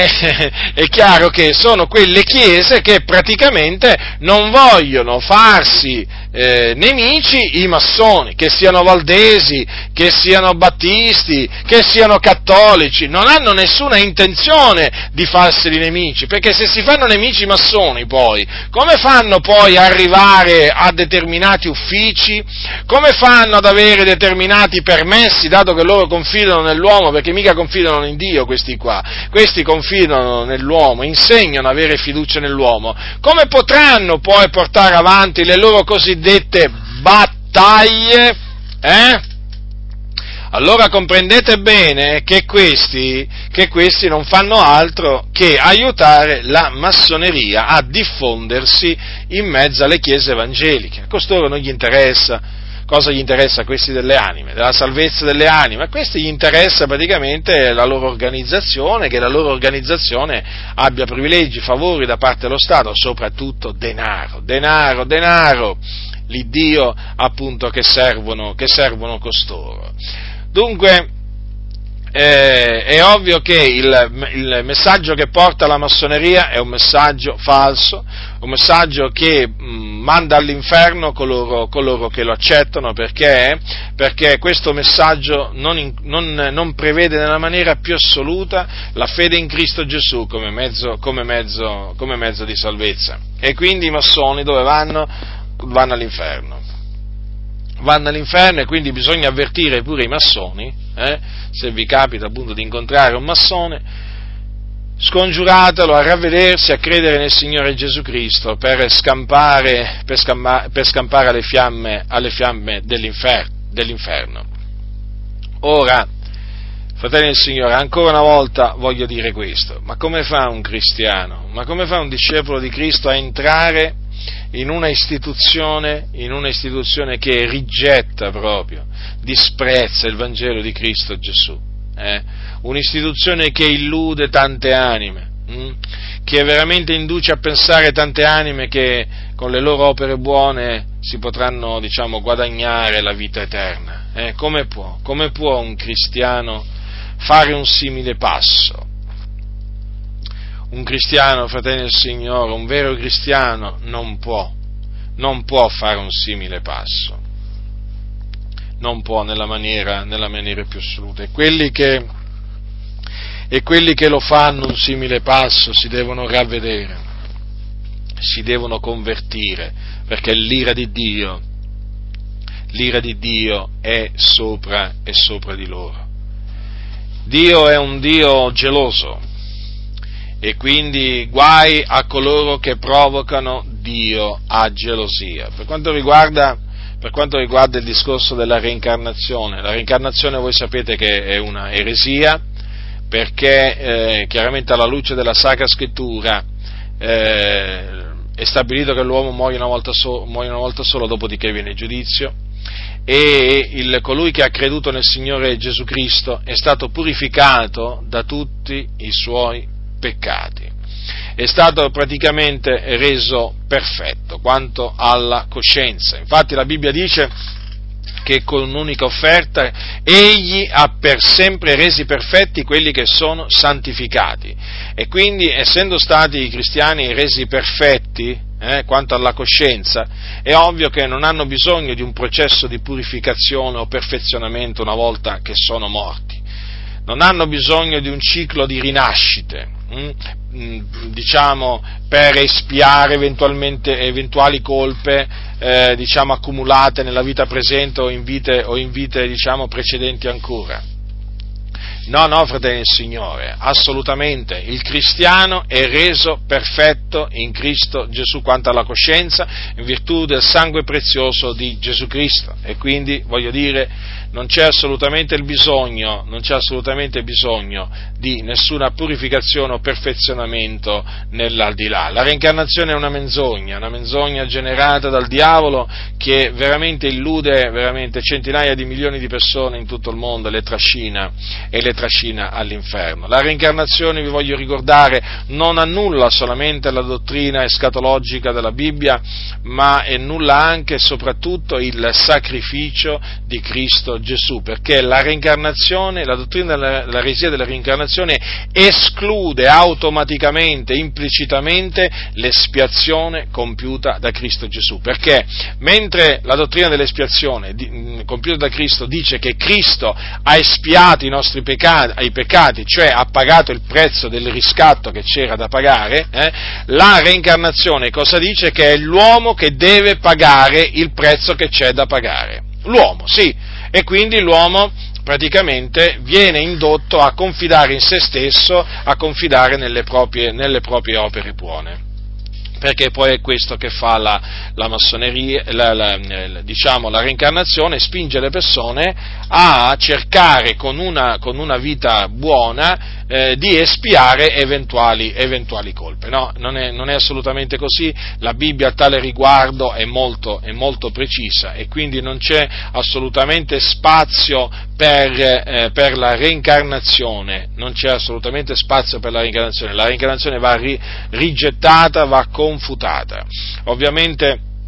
è chiaro che sono quelle chiese che praticamente non vogliono farsi eh, nemici i massoni, che siano valdesi, che siano battisti, che siano cattolici, non hanno nessuna intenzione di farseli nemici, perché se si fanno nemici i massoni poi, come fanno poi a arrivare a determinati uffici, come fanno ad avere determinati permessi, dato che loro confidano nell'uomo, perché mica confidano in Dio questi qua, questi confidano nell'uomo, insegnano ad avere fiducia nell'uomo, come potranno poi portare avanti le loro cosiddette battaglie, eh? Allora comprendete bene che questi, che questi non fanno altro che aiutare la massoneria a diffondersi in mezzo alle chiese evangeliche. A costoro non gli interessa, cosa gli interessa a questi delle anime, della salvezza delle anime, a questi gli interessa praticamente la loro organizzazione, che la loro organizzazione abbia privilegi, favori da parte dello Stato, soprattutto denaro, denaro, denaro, l'Iddio appunto che servono, che servono costoro. Dunque, eh, è ovvio che il, il messaggio che porta la massoneria è un messaggio falso, un messaggio che mh, manda all'inferno coloro, coloro che lo accettano, perché, perché questo messaggio non, in, non, non prevede nella maniera più assoluta la fede in Cristo Gesù come mezzo, come mezzo, come mezzo di salvezza. E quindi i massoni dove vanno? Vanno all'inferno. Vanno all'inferno, e quindi bisogna avvertire pure i massoni, eh, se vi capita appunto di incontrare un massone, scongiuratelo a ravvedersi, a credere nel Signore Gesù Cristo per scampare, per scampa, per scampare alle fiamme, alle fiamme dell'infer, dell'inferno. Ora, fratelli del Signore, ancora una volta voglio dire questo: ma come fa un cristiano, ma come fa un discepolo di Cristo a entrare in una istituzione, in una istituzione che rigetta proprio, disprezza il Vangelo di Cristo Gesù, eh? Un'istituzione che illude tante anime, hm? Che veramente induce a pensare tante anime che con le loro opere buone si potranno, diciamo, guadagnare la vita eterna. Eh? Come può? Come può un cristiano fare un simile passo? Un cristiano, fratelli del Signore, un vero cristiano non può, non può fare un simile passo, non può nella maniera, nella maniera più assoluta. E quelli che, e quelli che lo fanno un simile passo si devono ravvedere, si devono convertire, perché l'ira di Dio, l'ira di Dio è sopra, è sopra di loro. Dio è un Dio geloso, e quindi guai a coloro che provocano Dio a gelosia. Per quanto riguarda, per quanto riguarda il discorso della reincarnazione, la reincarnazione voi sapete che è una eresia, perché eh, chiaramente alla luce della Sacra Scrittura eh, è stabilito che l'uomo muore una volta, so, muore una volta solo, dopodiché viene il giudizio, e il, colui che ha creduto nel Signore Gesù Cristo è stato purificato da tutti i suoi peccati, è stato praticamente reso perfetto quanto alla coscienza. Infatti la Bibbia dice che con un'unica offerta egli ha per sempre resi perfetti quelli che sono santificati, e quindi, essendo stati i cristiani resi perfetti eh, quanto alla coscienza, è ovvio che non hanno bisogno di un processo di purificazione o perfezionamento una volta che sono morti. Non hanno bisogno di un ciclo di rinascite, hm, diciamo, per espiare eventualmente eventuali colpe, eh, diciamo, accumulate nella vita presente o in vite, o in vite, diciamo, precedenti ancora. No, no, fratelli del Signore, assolutamente, il cristiano è reso perfetto in Cristo Gesù quanto alla coscienza, in virtù del sangue prezioso di Gesù Cristo, e quindi, voglio dire, non c'è assolutamente il bisogno, non c'è assolutamente bisogno di nessuna purificazione o perfezionamento nell'aldilà. La reincarnazione è una menzogna, una menzogna generata dal diavolo che veramente illude veramente centinaia di milioni di persone in tutto il mondo, le trascina e le trascina all'inferno. La reincarnazione, vi voglio ricordare, non annulla solamente la dottrina escatologica della Bibbia, ma annulla anche e soprattutto il sacrificio di Cristo Gesù, perché la reincarnazione, la dottrina della eresia della reincarnazione esclude automaticamente, implicitamente l'espiazione compiuta da Cristo Gesù, perché mentre la dottrina dell'espiazione di, compiuta da Cristo dice che Cristo ha espiato i nostri peccati, i peccati, cioè ha pagato il prezzo del riscatto che c'era da pagare, eh, la reincarnazione cosa dice? Che è l'uomo che deve pagare il prezzo che c'è da pagare. L'uomo, sì, e quindi l'uomo praticamente viene indotto a confidare in se stesso, a confidare nelle proprie, nelle proprie opere buone. Perché poi è questo che fa la, la massoneria, la, la, diciamo la reincarnazione, spinge le persone a cercare con una, con una vita buona eh, di espiare eventuali, eventuali colpe. No, non è, non è assolutamente così. La Bibbia a tale riguardo è molto, è molto precisa, e quindi non c'è assolutamente spazio per, eh, per la reincarnazione, non c'è assolutamente spazio per la reincarnazione. La reincarnazione va ri, rigettata, va confutata. Ovviamente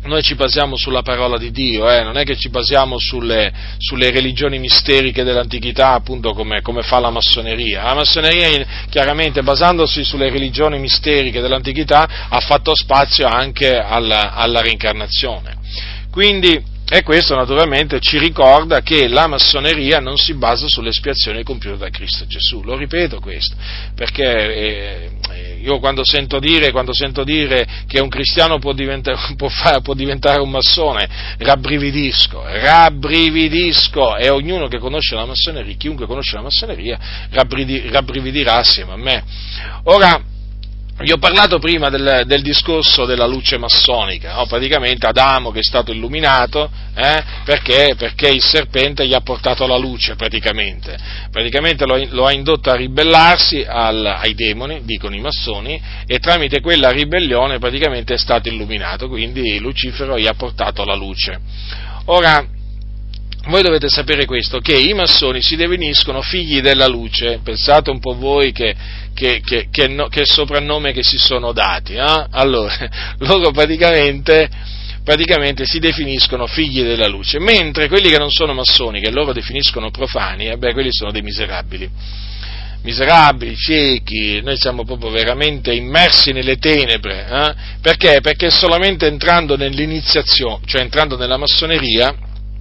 noi ci basiamo sulla parola di Dio, eh? non è che ci basiamo sulle, sulle religioni misteriche dell'antichità, appunto come, come fa la massoneria. La massoneria, chiaramente, basandosi sulle religioni misteriche dell'antichità, ha fatto spazio anche alla, alla reincarnazione. Quindi, e questo naturalmente ci ricorda che la massoneria non si basa sull'espiazione compiuta da Cristo Gesù. Lo ripeto questo, perché eh, io quando sento dire, quando sento dire che un cristiano può diventare, può, fare, può diventare un massone, rabbrividisco, rabbrividisco, e ognuno che conosce la massoneria, chiunque conosce la massoneria, rabbrividirà assieme a me. Ora, vi ho parlato prima del, del discorso della luce massonica, no? Praticamente Adamo che è stato illuminato, eh? perché, perché il serpente gli ha portato la luce, praticamente, praticamente lo, lo ha indotto a ribellarsi al, ai demoni, dicono i massoni, e tramite quella ribellione praticamente è stato illuminato, quindi Lucifero gli ha portato la luce. Ora, voi dovete sapere questo, che i massoni si definiscono figli della luce. Pensate un po' voi che, che, che, che, no, che soprannome che si sono dati, eh? Allora, loro praticamente, praticamente si definiscono figli della luce, mentre quelli che non sono massoni, che loro definiscono profani, eh beh, quelli sono dei miserabili. Miserabili, ciechi, noi siamo proprio veramente immersi nelle tenebre, eh? Perché? Perché solamente entrando nell'iniziazione, cioè entrando nella massoneria,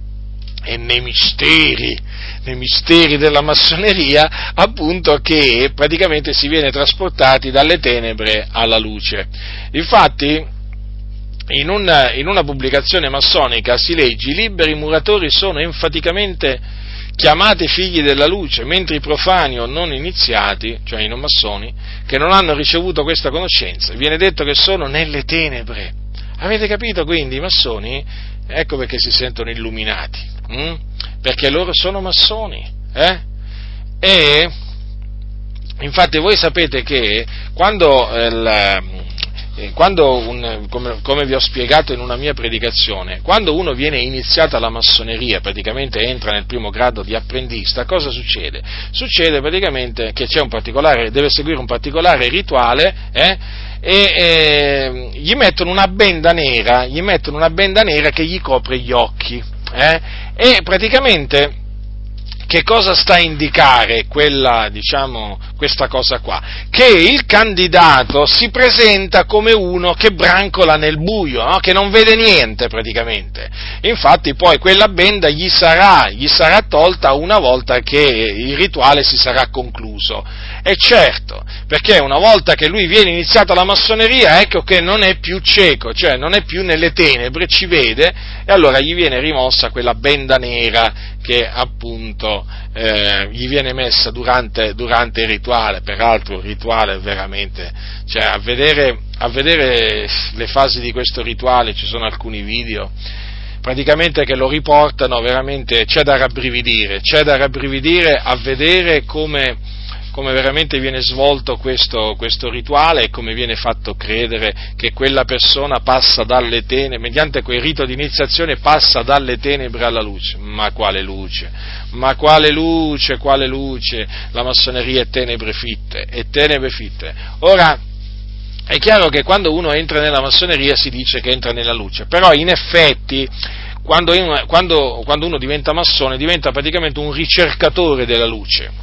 e nei misteri, nei misteri della massoneria, appunto, che praticamente si viene trasportati dalle tenebre alla luce. Infatti, in una, in una pubblicazione massonica si legge: i liberi muratori sono enfaticamente chiamati figli della luce, mentre i profani o non iniziati, cioè i non massoni, che non hanno ricevuto questa conoscenza, viene detto che sono nelle tenebre. Avete capito quindi, i massoni? Ecco perché si sentono illuminati, hm? Perché loro sono massoni, eh? E infatti voi sapete che quando, eh, quando un, come, come vi ho spiegato in una mia predicazione, quando uno viene iniziato alla massoneria, praticamente entra nel primo grado di apprendista, cosa succede? Succede praticamente che c'è un particolare, deve seguire un particolare rituale, eh? E eh, gli mettono una benda nera, gli mettono una benda nera che gli copre gli occhi, eh? E praticamente che cosa sta a indicare quella, diciamo, questa cosa qua? Che il candidato si presenta come uno che brancola nel buio, no? Che non vede niente praticamente. Infatti poi quella benda gli sarà, gli sarà tolta una volta che il rituale si sarà concluso. E certo, perché una volta che lui viene iniziato alla massoneria, ecco che non è più cieco, cioè non è più nelle tenebre, ci vede, e allora gli viene rimossa quella benda nera che appunto eh, gli viene messa durante, durante il rituale. Peraltro il rituale veramente, cioè a vedere, a vedere le fasi di questo rituale, ci sono alcuni video praticamente che lo riportano, veramente c'è da rabbrividire, c'è da rabbrividire a vedere come come veramente viene svolto questo, questo rituale e come viene fatto credere che quella persona passa dalle tenebre, mediante quel rito di iniziazione passa dalle tenebre alla luce. Ma quale luce? Ma quale luce? Quale luce? La massoneria è tenebre fitte, è tenebre fitte. Ora, è chiaro che quando uno entra nella massoneria si dice che entra nella luce, però in effetti quando, quando, quando uno diventa massone diventa praticamente un ricercatore della luce.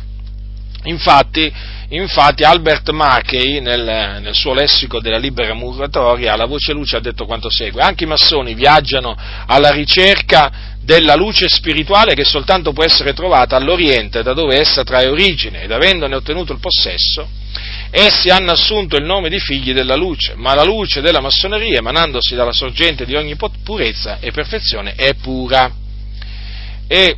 Infatti, infatti Albert Mackey nel, nel suo lessico della libera muratoria alla voce luce ha detto quanto segue: anche i massoni viaggiano alla ricerca della luce spirituale che soltanto può essere trovata all'Oriente, da dove essa trae origine, ed avendone ottenuto il possesso, essi hanno assunto il nome di figli della luce, ma la luce della massoneria, emanandosi dalla sorgente di ogni purezza e perfezione, è pura. E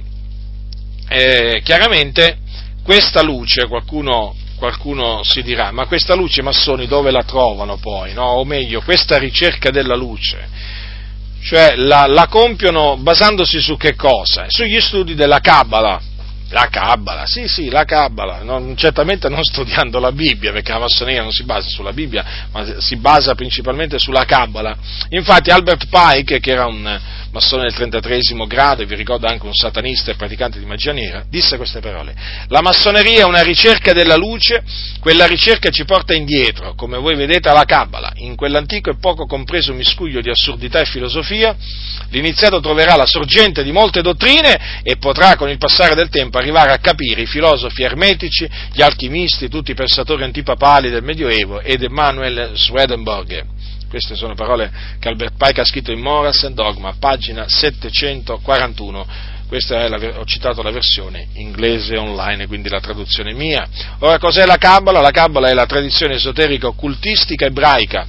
eh, chiaramente questa luce, qualcuno, qualcuno si dirà, ma questa luce i massoni dove la trovano poi, no? O meglio, questa ricerca della luce, cioè la, la compiono basandosi su che cosa? Sugli studi della Cabala. La Cabala, sì sì, la Cabala, non, certamente non studiando la Bibbia, perché la massoneria non si basa sulla Bibbia, ma si basa principalmente sulla Cabala. Infatti Albert Pike, che era un massone del trentatreesimo grado, e vi ricordo anche un satanista e praticante di magia nera, disse queste parole: la massoneria è una ricerca della luce, quella ricerca ci porta indietro, come voi vedete, alla Cabala. In quell'antico e poco compreso miscuglio di assurdità e filosofia, l'iniziato troverà la sorgente di molte dottrine e potrà con il passare del tempo arrivare a capire i filosofi ermetici, gli alchimisti, tutti i pensatori antipapali del Medioevo ed Emanuel Swedenborg. Queste sono parole che Albert Pike ha scritto in Morals and Dogma, pagina settecentoquarantuno. Questa è la, ho citato la versione inglese online, quindi la traduzione mia. Ora, cos'è la Cabala? La Cabala è la tradizione esoterica occultistica ebraica.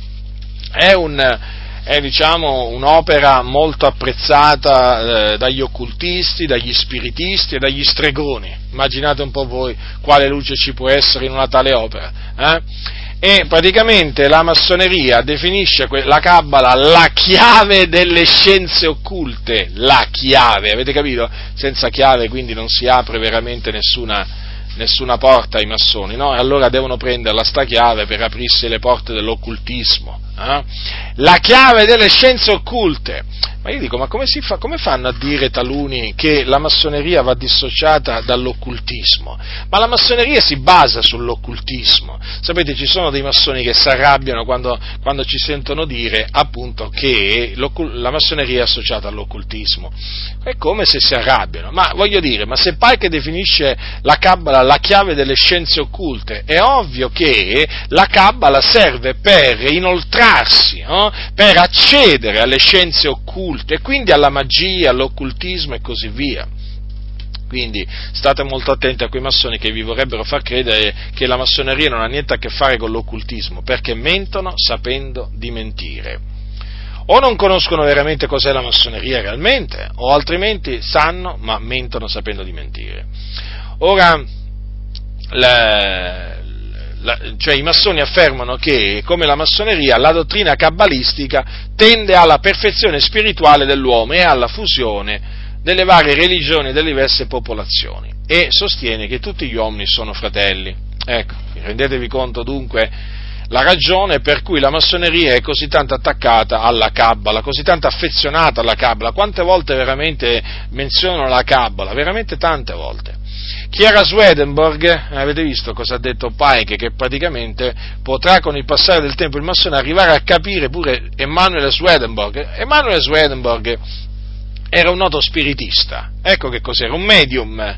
È un è diciamo un'opera molto apprezzata eh, dagli occultisti, dagli spiritisti e dagli stregoni. Immaginate un po' voi quale luce ci può essere in una tale opera, eh? E praticamente la massoneria definisce la Cabala la chiave delle scienze occulte, la chiave, avete capito? Senza chiave quindi non si apre veramente nessuna, nessuna porta ai massoni, no? E allora devono prenderla sta chiave per aprirsi le porte dell'occultismo, eh? La chiave delle scienze occulte. Ma io dico, ma come si fa, come fanno a dire taluni che la massoneria va dissociata dall'occultismo? Ma la massoneria si basa sull'occultismo. Sapete, ci sono dei massoni che si arrabbiano quando, quando ci sentono dire appunto che la massoneria è associata all'occultismo. È come se si arrabbiano. Ma voglio dire, ma se Pike definisce la Cabala la chiave delle scienze occulte, è ovvio che la Cabala serve per inoltrarsi, no? Per accedere alle scienze occulte, e quindi alla magia, all'occultismo e così via. Quindi state molto attenti a quei massoni che vi vorrebbero far credere che la massoneria non ha niente a che fare con l'occultismo, perché mentono sapendo di mentire. O non conoscono veramente cos'è la massoneria realmente, o altrimenti sanno ma mentono sapendo di mentire. Ora, la, La, cioè i massoni affermano che, come la massoneria, la dottrina cabalistica tende alla perfezione spirituale dell'uomo e alla fusione delle varie religioni e delle diverse popolazioni, e sostiene che tutti gli uomini sono fratelli. Ecco, rendetevi conto dunque la ragione per cui la massoneria è così tanto attaccata alla Cabala, così tanto affezionata alla Cabala. Quante volte veramente menzionano la Cabala? Veramente tante volte. Chi era Swedenborg? Avete visto cosa ha detto Pike? Che praticamente potrà con il passare del tempo il massone arrivare a capire pure Emanuel Swedenborg. Emanuel Swedenborg era un noto spiritista, ecco che cos'era, un medium,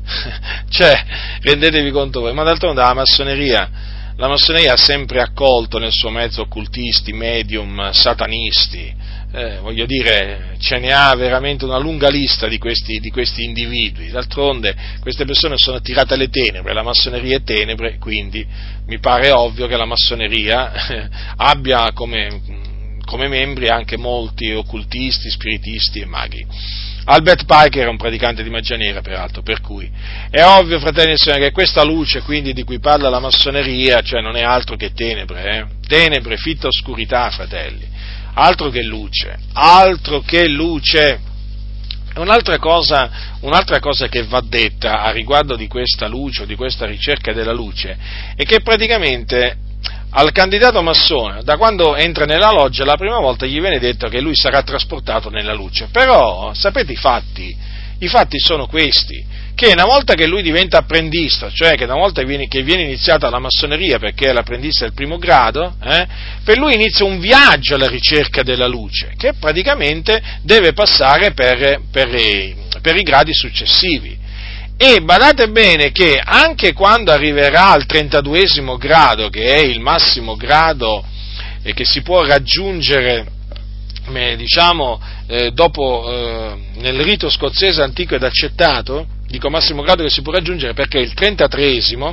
cioè, rendetevi conto voi, ma d'altronde la massoneria, la massoneria ha sempre accolto nel suo mezzo occultisti, medium, satanisti. Eh, voglio dire, ce ne ha veramente una lunga lista di questi, di questi individui. D'altronde queste persone sono attirate alle tenebre, la massoneria è tenebre, quindi mi pare ovvio che la massoneria eh, abbia come, come membri anche molti occultisti, spiritisti e maghi. Albert Pike era un praticante di magia nera, peraltro, per cui è ovvio, fratelli e sorelle, che questa luce, quindi, di cui parla la massoneria, cioè non è altro che tenebre, eh? Tenebre, fitta oscurità, fratelli. Altro che luce, altro che luce. Un'altra cosa, un'altra cosa che va detta a riguardo di questa luce o di questa ricerca della luce è che praticamente al candidato massone, da quando entra nella loggia, la prima volta gli viene detto che lui sarà trasportato nella luce. Però, sapete i fatti? I fatti sono questi, che una volta che lui diventa apprendista, cioè che una volta viene, che viene iniziata la massoneria, perché è l'apprendista del primo grado, eh, per lui inizia un viaggio alla ricerca della luce, che praticamente deve passare per, per, per i gradi successivi. E badate bene che anche quando arriverà al trentaduesimo grado, che è il massimo grado eh, che si può raggiungere, eh, diciamo, eh, dopo eh, nel rito scozzese antico ed accettato, dico massimo grado che si può raggiungere perché il trentatreesimo,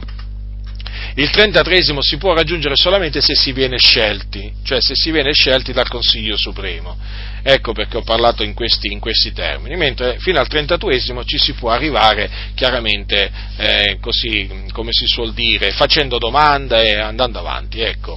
il trentatreesimo si può raggiungere solamente se si viene scelti, cioè se si viene scelti dal Consiglio Supremo. Ecco perché ho parlato in questi, in questi termini, mentre fino al trentatuesimo ci si può arrivare chiaramente eh, così, come si suol dire, facendo domanda e andando avanti, ecco.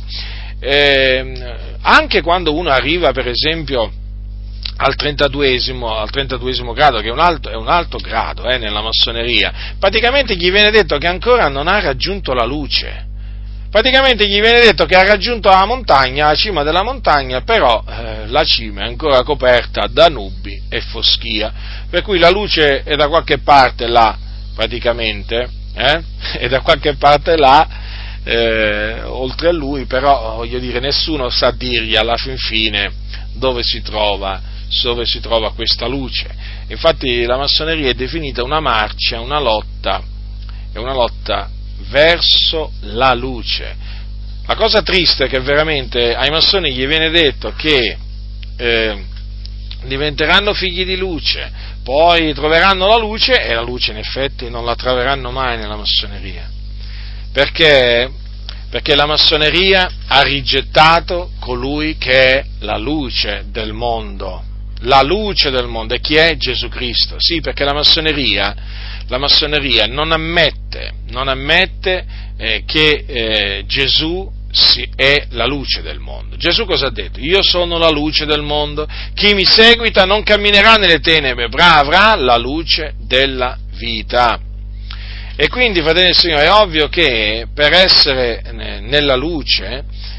Eh, anche quando uno arriva, per esempio, al trentaduesimo, al trentaduesimo grado, che è un alto, è un alto grado eh, nella massoneria, praticamente gli viene detto che ancora non ha raggiunto la luce, praticamente gli viene detto che ha raggiunto la montagna, la cima della montagna, però eh, la cima è ancora coperta da nubi e foschia, per cui la luce è da qualche parte là, praticamente, eh? è da qualche parte là, eh, oltre a lui, però, voglio dire, nessuno sa dirgli alla fin fine dove si trova, dove si trova questa luce. Infatti la massoneria è definita una marcia, una lotta, è una lotta verso la luce. La cosa triste è che veramente ai massoni gli viene detto che eh, diventeranno figli di luce, poi troveranno la luce, e la luce in effetti non la troveranno mai nella massoneria. Perché? Perché la massoneria ha rigettato colui che è la luce del mondo. La luce del mondo. E chi è? Gesù Cristo. Sì, perché la massoneria, la massoneria non ammette, non ammette eh, che eh, Gesù si, è la luce del mondo. Gesù cosa ha detto? Io sono la luce del mondo, chi mi seguita non camminerà nelle tenebre, ma avrà la luce della vita. E quindi, fratelli del Signore, è ovvio che per essere nella luce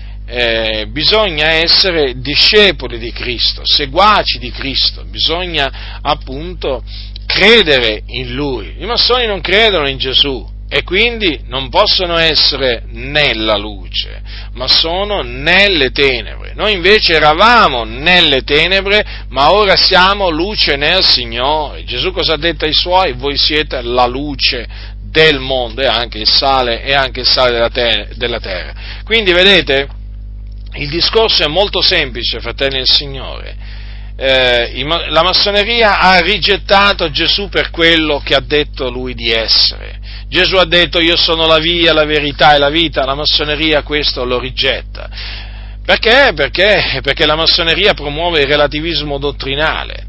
eh, bisogna essere discepoli di Cristo, seguaci di Cristo, bisogna appunto credere in Lui. I massoni non credono in Gesù e quindi non possono essere nella luce, ma sono nelle tenebre. Noi invece eravamo nelle tenebre, ma ora siamo luce nel Signore. Gesù cosa ha detto ai Suoi? Voi siete la luce del mondo e anche il sale, e anche il sale della, te- della terra. Quindi vedete, il discorso è molto semplice, fratelli del Signore. Eh, la massoneria ha rigettato Gesù per quello che ha detto Lui di essere. Gesù ha detto io sono la via, la verità e la vita, la massoneria questo lo rigetta. Perché? Perché? Perché la massoneria promuove il relativismo dottrinale.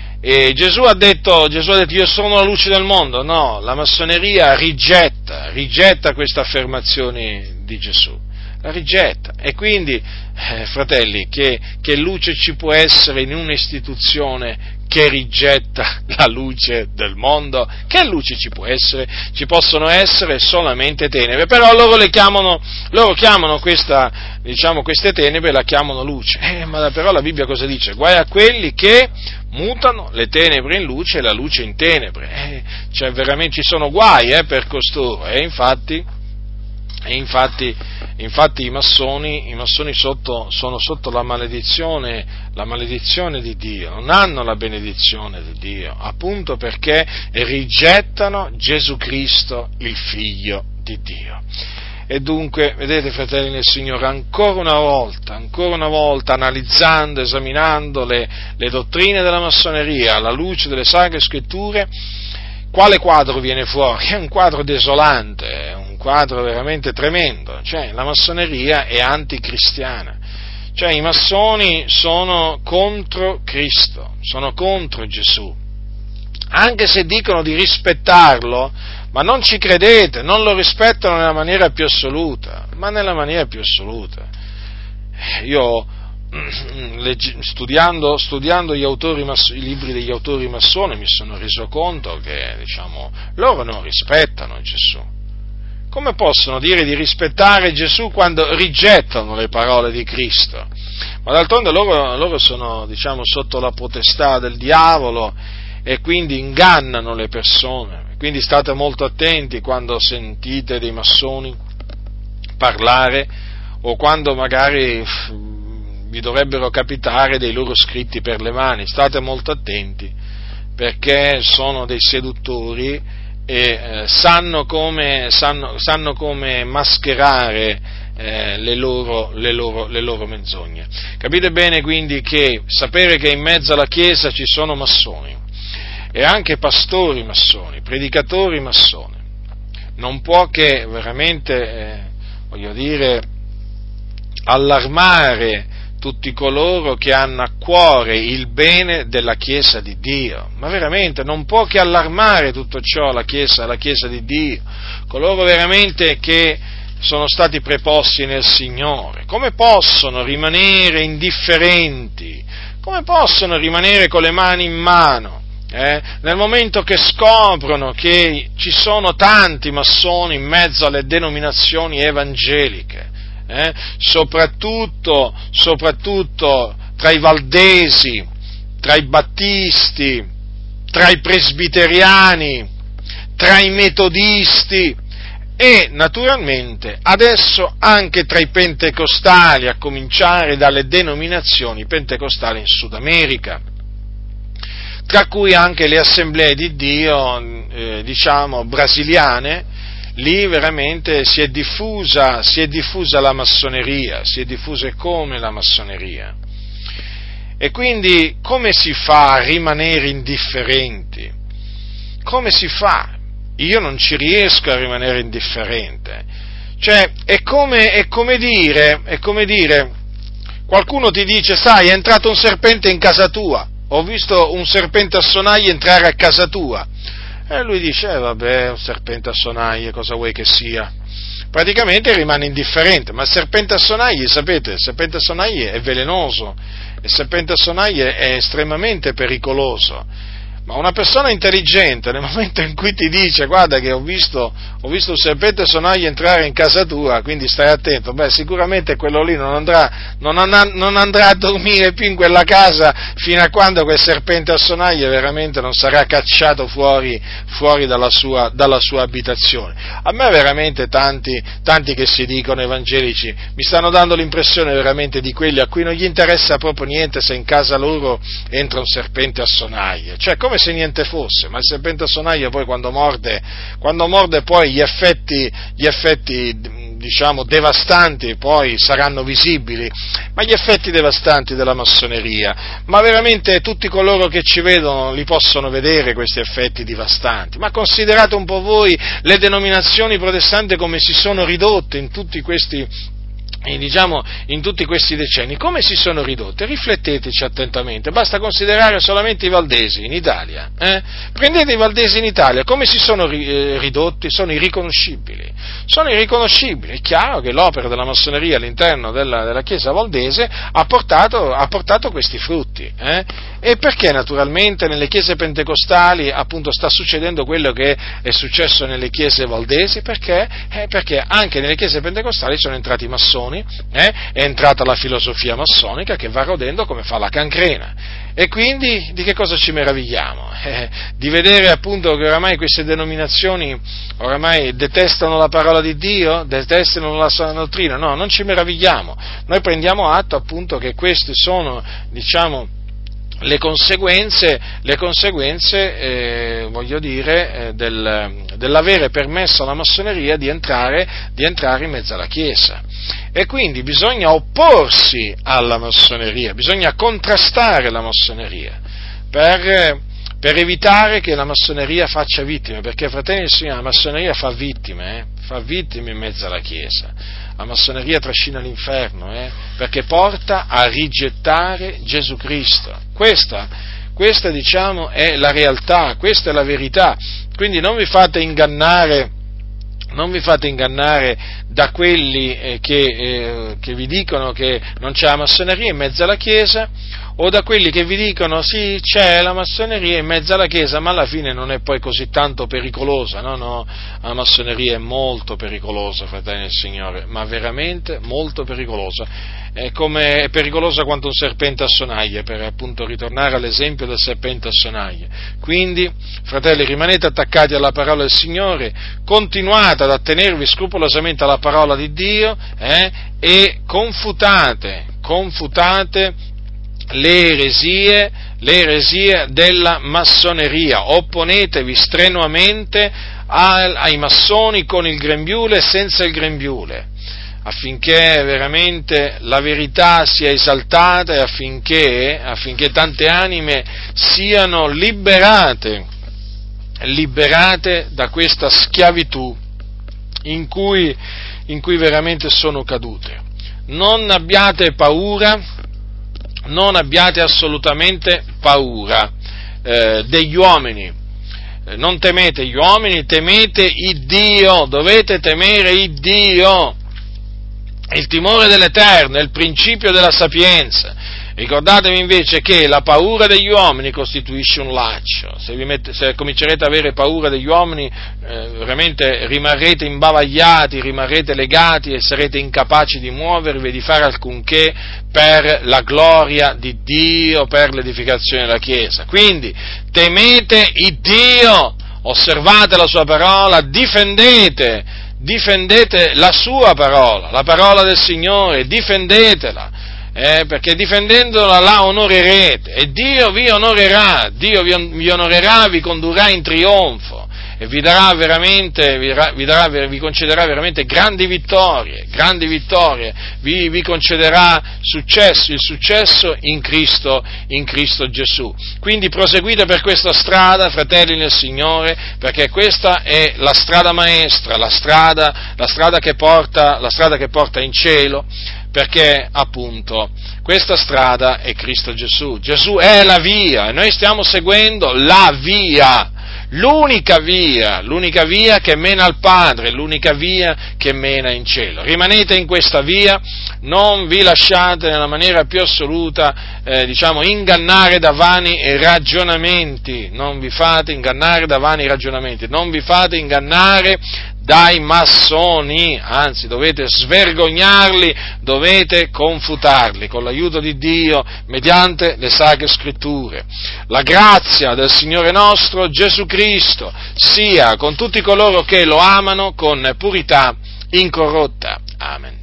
E Gesù ha detto, Gesù ha detto io sono la luce del mondo. No, la massoneria rigetta, rigetta questa affermazione di Gesù, la rigetta. E quindi, eh, fratelli, che, che luce ci può essere in un'istituzione che rigetta la luce del mondo? Che luce ci può essere? Ci possono essere solamente tenebre, però loro le chiamano, loro chiamano questa, diciamo, queste tenebre, la chiamano luce. Eh, ma però la Bibbia cosa dice? Guai a quelli che mutano le tenebre in luce e la luce in tenebre. Eh, cioè veramente ci sono guai eh, per costoro, e eh, infatti E infatti, infatti i massoni, i massoni sotto, sono sotto la maledizione, la maledizione di Dio, non hanno la benedizione di Dio, appunto perché rigettano Gesù Cristo, il Figlio di Dio. E dunque, vedete, fratelli nel Signore, ancora una volta, ancora una volta, analizzando, esaminando le, le dottrine della massoneria alla luce delle Sacre Scritture, quale quadro viene fuori? È un quadro desolante, è un quadro veramente tremendo, cioè la massoneria è anticristiana, cioè i massoni sono contro Cristo, sono contro Gesù, anche se dicono di rispettarlo, ma non ci credete, non lo rispettano nella maniera più assoluta, ma nella maniera più assoluta. Io Studiando, studiando gli autori, i libri degli autori massoni mi sono reso conto che, diciamo, loro non rispettano Gesù. Come possono dire di rispettare Gesù quando rigettano le parole di Cristo? Ma d'altronde loro, loro sono, diciamo, sotto la potestà del diavolo e quindi ingannano le persone. Quindi state molto attenti quando sentite dei massoni parlare o quando magari vi dovrebbero capitare dei loro scritti per le mani, state molto attenti, perché sono dei seduttori e eh, sanno come, sanno, sanno come mascherare eh, le, loro, le, loro, le loro menzogne. Capite bene quindi che sapere che in mezzo alla Chiesa ci sono massoni, e anche pastori massoni, predicatori massoni, non può che veramente, eh, voglio dire, allarmare tutti coloro che hanno a cuore il bene della Chiesa di Dio, ma veramente non può che allarmare tutto ciò la Chiesa, la Chiesa di Dio, coloro veramente che sono stati preposti nel Signore. Come possono rimanere indifferenti? Come possono rimanere con le mani in mano eh, nel momento che scoprono che ci sono tanti massoni in mezzo alle denominazioni evangeliche, eh, soprattutto, soprattutto tra i valdesi, tra i battisti, tra i presbiteriani, tra i metodisti e naturalmente adesso anche tra i pentecostali, a cominciare dalle denominazioni pentecostali in Sud America, tra cui anche le assemblee di Dio, eh, diciamo, brasiliane. Lì veramente si è diffusa, si è diffusa la massoneria, si è diffusa come la massoneria. E quindi come si fa a rimanere indifferenti? Come si fa? Io non ci riesco a rimanere indifferente. Cioè, è come, è come dire, è come dire, qualcuno ti dice, sai, è entrato un serpente in casa tua, ho visto un serpente a sonagli entrare a casa tua. E lui dice, eh vabbè, un serpente a sonagli, cosa vuoi che sia? Praticamente rimane indifferente, ma il serpente a sonagli, sapete, il serpente a sonagli è velenoso, il serpente a sonagli è estremamente pericoloso. Ma una persona intelligente, nel momento in cui ti dice, guarda che ho visto, ho visto un serpente a sonagli entrare in casa tua, quindi stai attento, beh, sicuramente quello lì non andrà, non andrà, non andrà a dormire più in quella casa fino a quando quel serpente a sonagli veramente non sarà cacciato fuori, fuori dalla sua, dalla sua abitazione. A me veramente tanti, tanti che si dicono evangelici mi stanno dando l'impressione veramente di quelli a cui non gli interessa proprio niente se in casa loro entra un serpente a sonagli, cioè come se niente fosse, ma il serpente a sonagli poi quando morde, quando morde poi gli effetti, gli effetti diciamo devastanti poi saranno visibili, ma gli effetti devastanti della massoneria, ma veramente tutti coloro che ci vedono li possono vedere questi effetti devastanti, ma considerate un po' voi le denominazioni protestanti come si sono ridotte in tutti questi diciamo in tutti questi decenni, come si sono ridotte? Rifletteteci attentamente, basta considerare solamente i valdesi in Italia, eh? Prendete i valdesi in Italia, come si sono ridotti? Sono irriconoscibili, sono irriconoscibili, è chiaro che l'opera della massoneria all'interno della, della Chiesa valdese ha portato, ha portato questi frutti, eh? E perché naturalmente nelle chiese pentecostali appunto sta succedendo quello che è successo nelle chiese valdesi? Perché? Eh, perché anche nelle chiese pentecostali sono entrati i massoni, eh? È entrata la filosofia massonica che va rodendo come fa la cancrena. E quindi di che cosa ci meravigliamo? Eh, di vedere appunto che oramai queste denominazioni oramai detestano la parola di Dio, detestano la sua dottrina? No, non ci meravigliamo. Noi prendiamo atto appunto che queste sono, diciamo, le conseguenze, le conseguenze eh, voglio dire, eh, del, dell'avere permesso alla massoneria di entrare, di entrare in mezzo alla Chiesa. E quindi bisogna opporsi alla massoneria, bisogna contrastare la massoneria per, per evitare che la massoneria faccia vittime, perché, fratelli del Signore, la massoneria fa vittime, eh, fa vittime in mezzo alla Chiesa. La massoneria trascina l'inferno, eh, perché porta a rigettare Gesù Cristo. Questa, questa, diciamo, è la realtà, questa è la verità. Quindi non vi fate ingannare, non vi fate ingannare da quelli eh, che, eh, che vi dicono che non c'è la massoneria in mezzo alla Chiesa, o da quelli che vi dicono sì, c'è la massoneria in mezzo alla Chiesa, ma alla fine non è poi così tanto pericolosa. No, no, la massoneria è molto pericolosa, fratelli del Signore, ma veramente molto pericolosa. È come è pericolosa quanto un serpente a sonaglie, per appunto ritornare all'esempio del serpente a sonaglie. Quindi, fratelli, rimanete attaccati alla parola del Signore, continuate ad attenervi scrupolosamente alla parola di Dio, eh, e confutate, confutate le eresie, le eresie della massoneria, opponetevi strenuamente ai massoni con il grembiule e senza il grembiule, affinché veramente la verità sia esaltata e affinché, affinché tante anime siano liberate, liberate da questa schiavitù in cui, in cui veramente sono cadute. Non abbiate paura, non abbiate assolutamente paura eh, degli uomini, eh, non temete gli uomini, temete il Dio, dovete temere il Dio. Il timore dell'Eterno è il principio della sapienza, Ricordatevi invece che la paura degli uomini costituisce un laccio. Se, vi mette, se comincerete ad avere paura degli uomini, eh, veramente rimarrete imbavagliati, rimarrete legati e sarete incapaci di muovervi e di fare alcunché per la gloria di Dio, per l'edificazione della Chiesa. Quindi temete il Dio, osservate la sua parola, difendete, difendete la sua parola, la parola del Signore, difendetela. Eh, perché difendendola la onorerete e Dio vi onorerà, Dio vi, vi onorerà, vi condurrà in trionfo e vi darà veramente, vi, vi, darà, vi concederà veramente grandi vittorie, grandi vittorie, vi, vi concederà successo, il successo in Cristo, in Cristo Gesù. Quindi proseguite per questa strada, fratelli nel Signore, perché questa è la strada maestra, la strada, la strada che porta, la strada che porta in cielo, perché appunto questa strada è Cristo Gesù. Gesù è la via e noi stiamo seguendo la via, l'unica via, l'unica via che mena al Padre, l'unica via che mena in cielo. Rimanete in questa via, non vi lasciate nella maniera più assoluta, eh, diciamo, ingannare da vani ragionamenti, non vi fate ingannare da vani ragionamenti, non vi fate ingannare dai massoni, anzi dovete svergognarli, dovete confutarli con l'aiuto di Dio mediante le Sacre Scritture. La grazia del Signore nostro Gesù Cristo sia con tutti coloro che lo amano con purità incorrotta. Amen.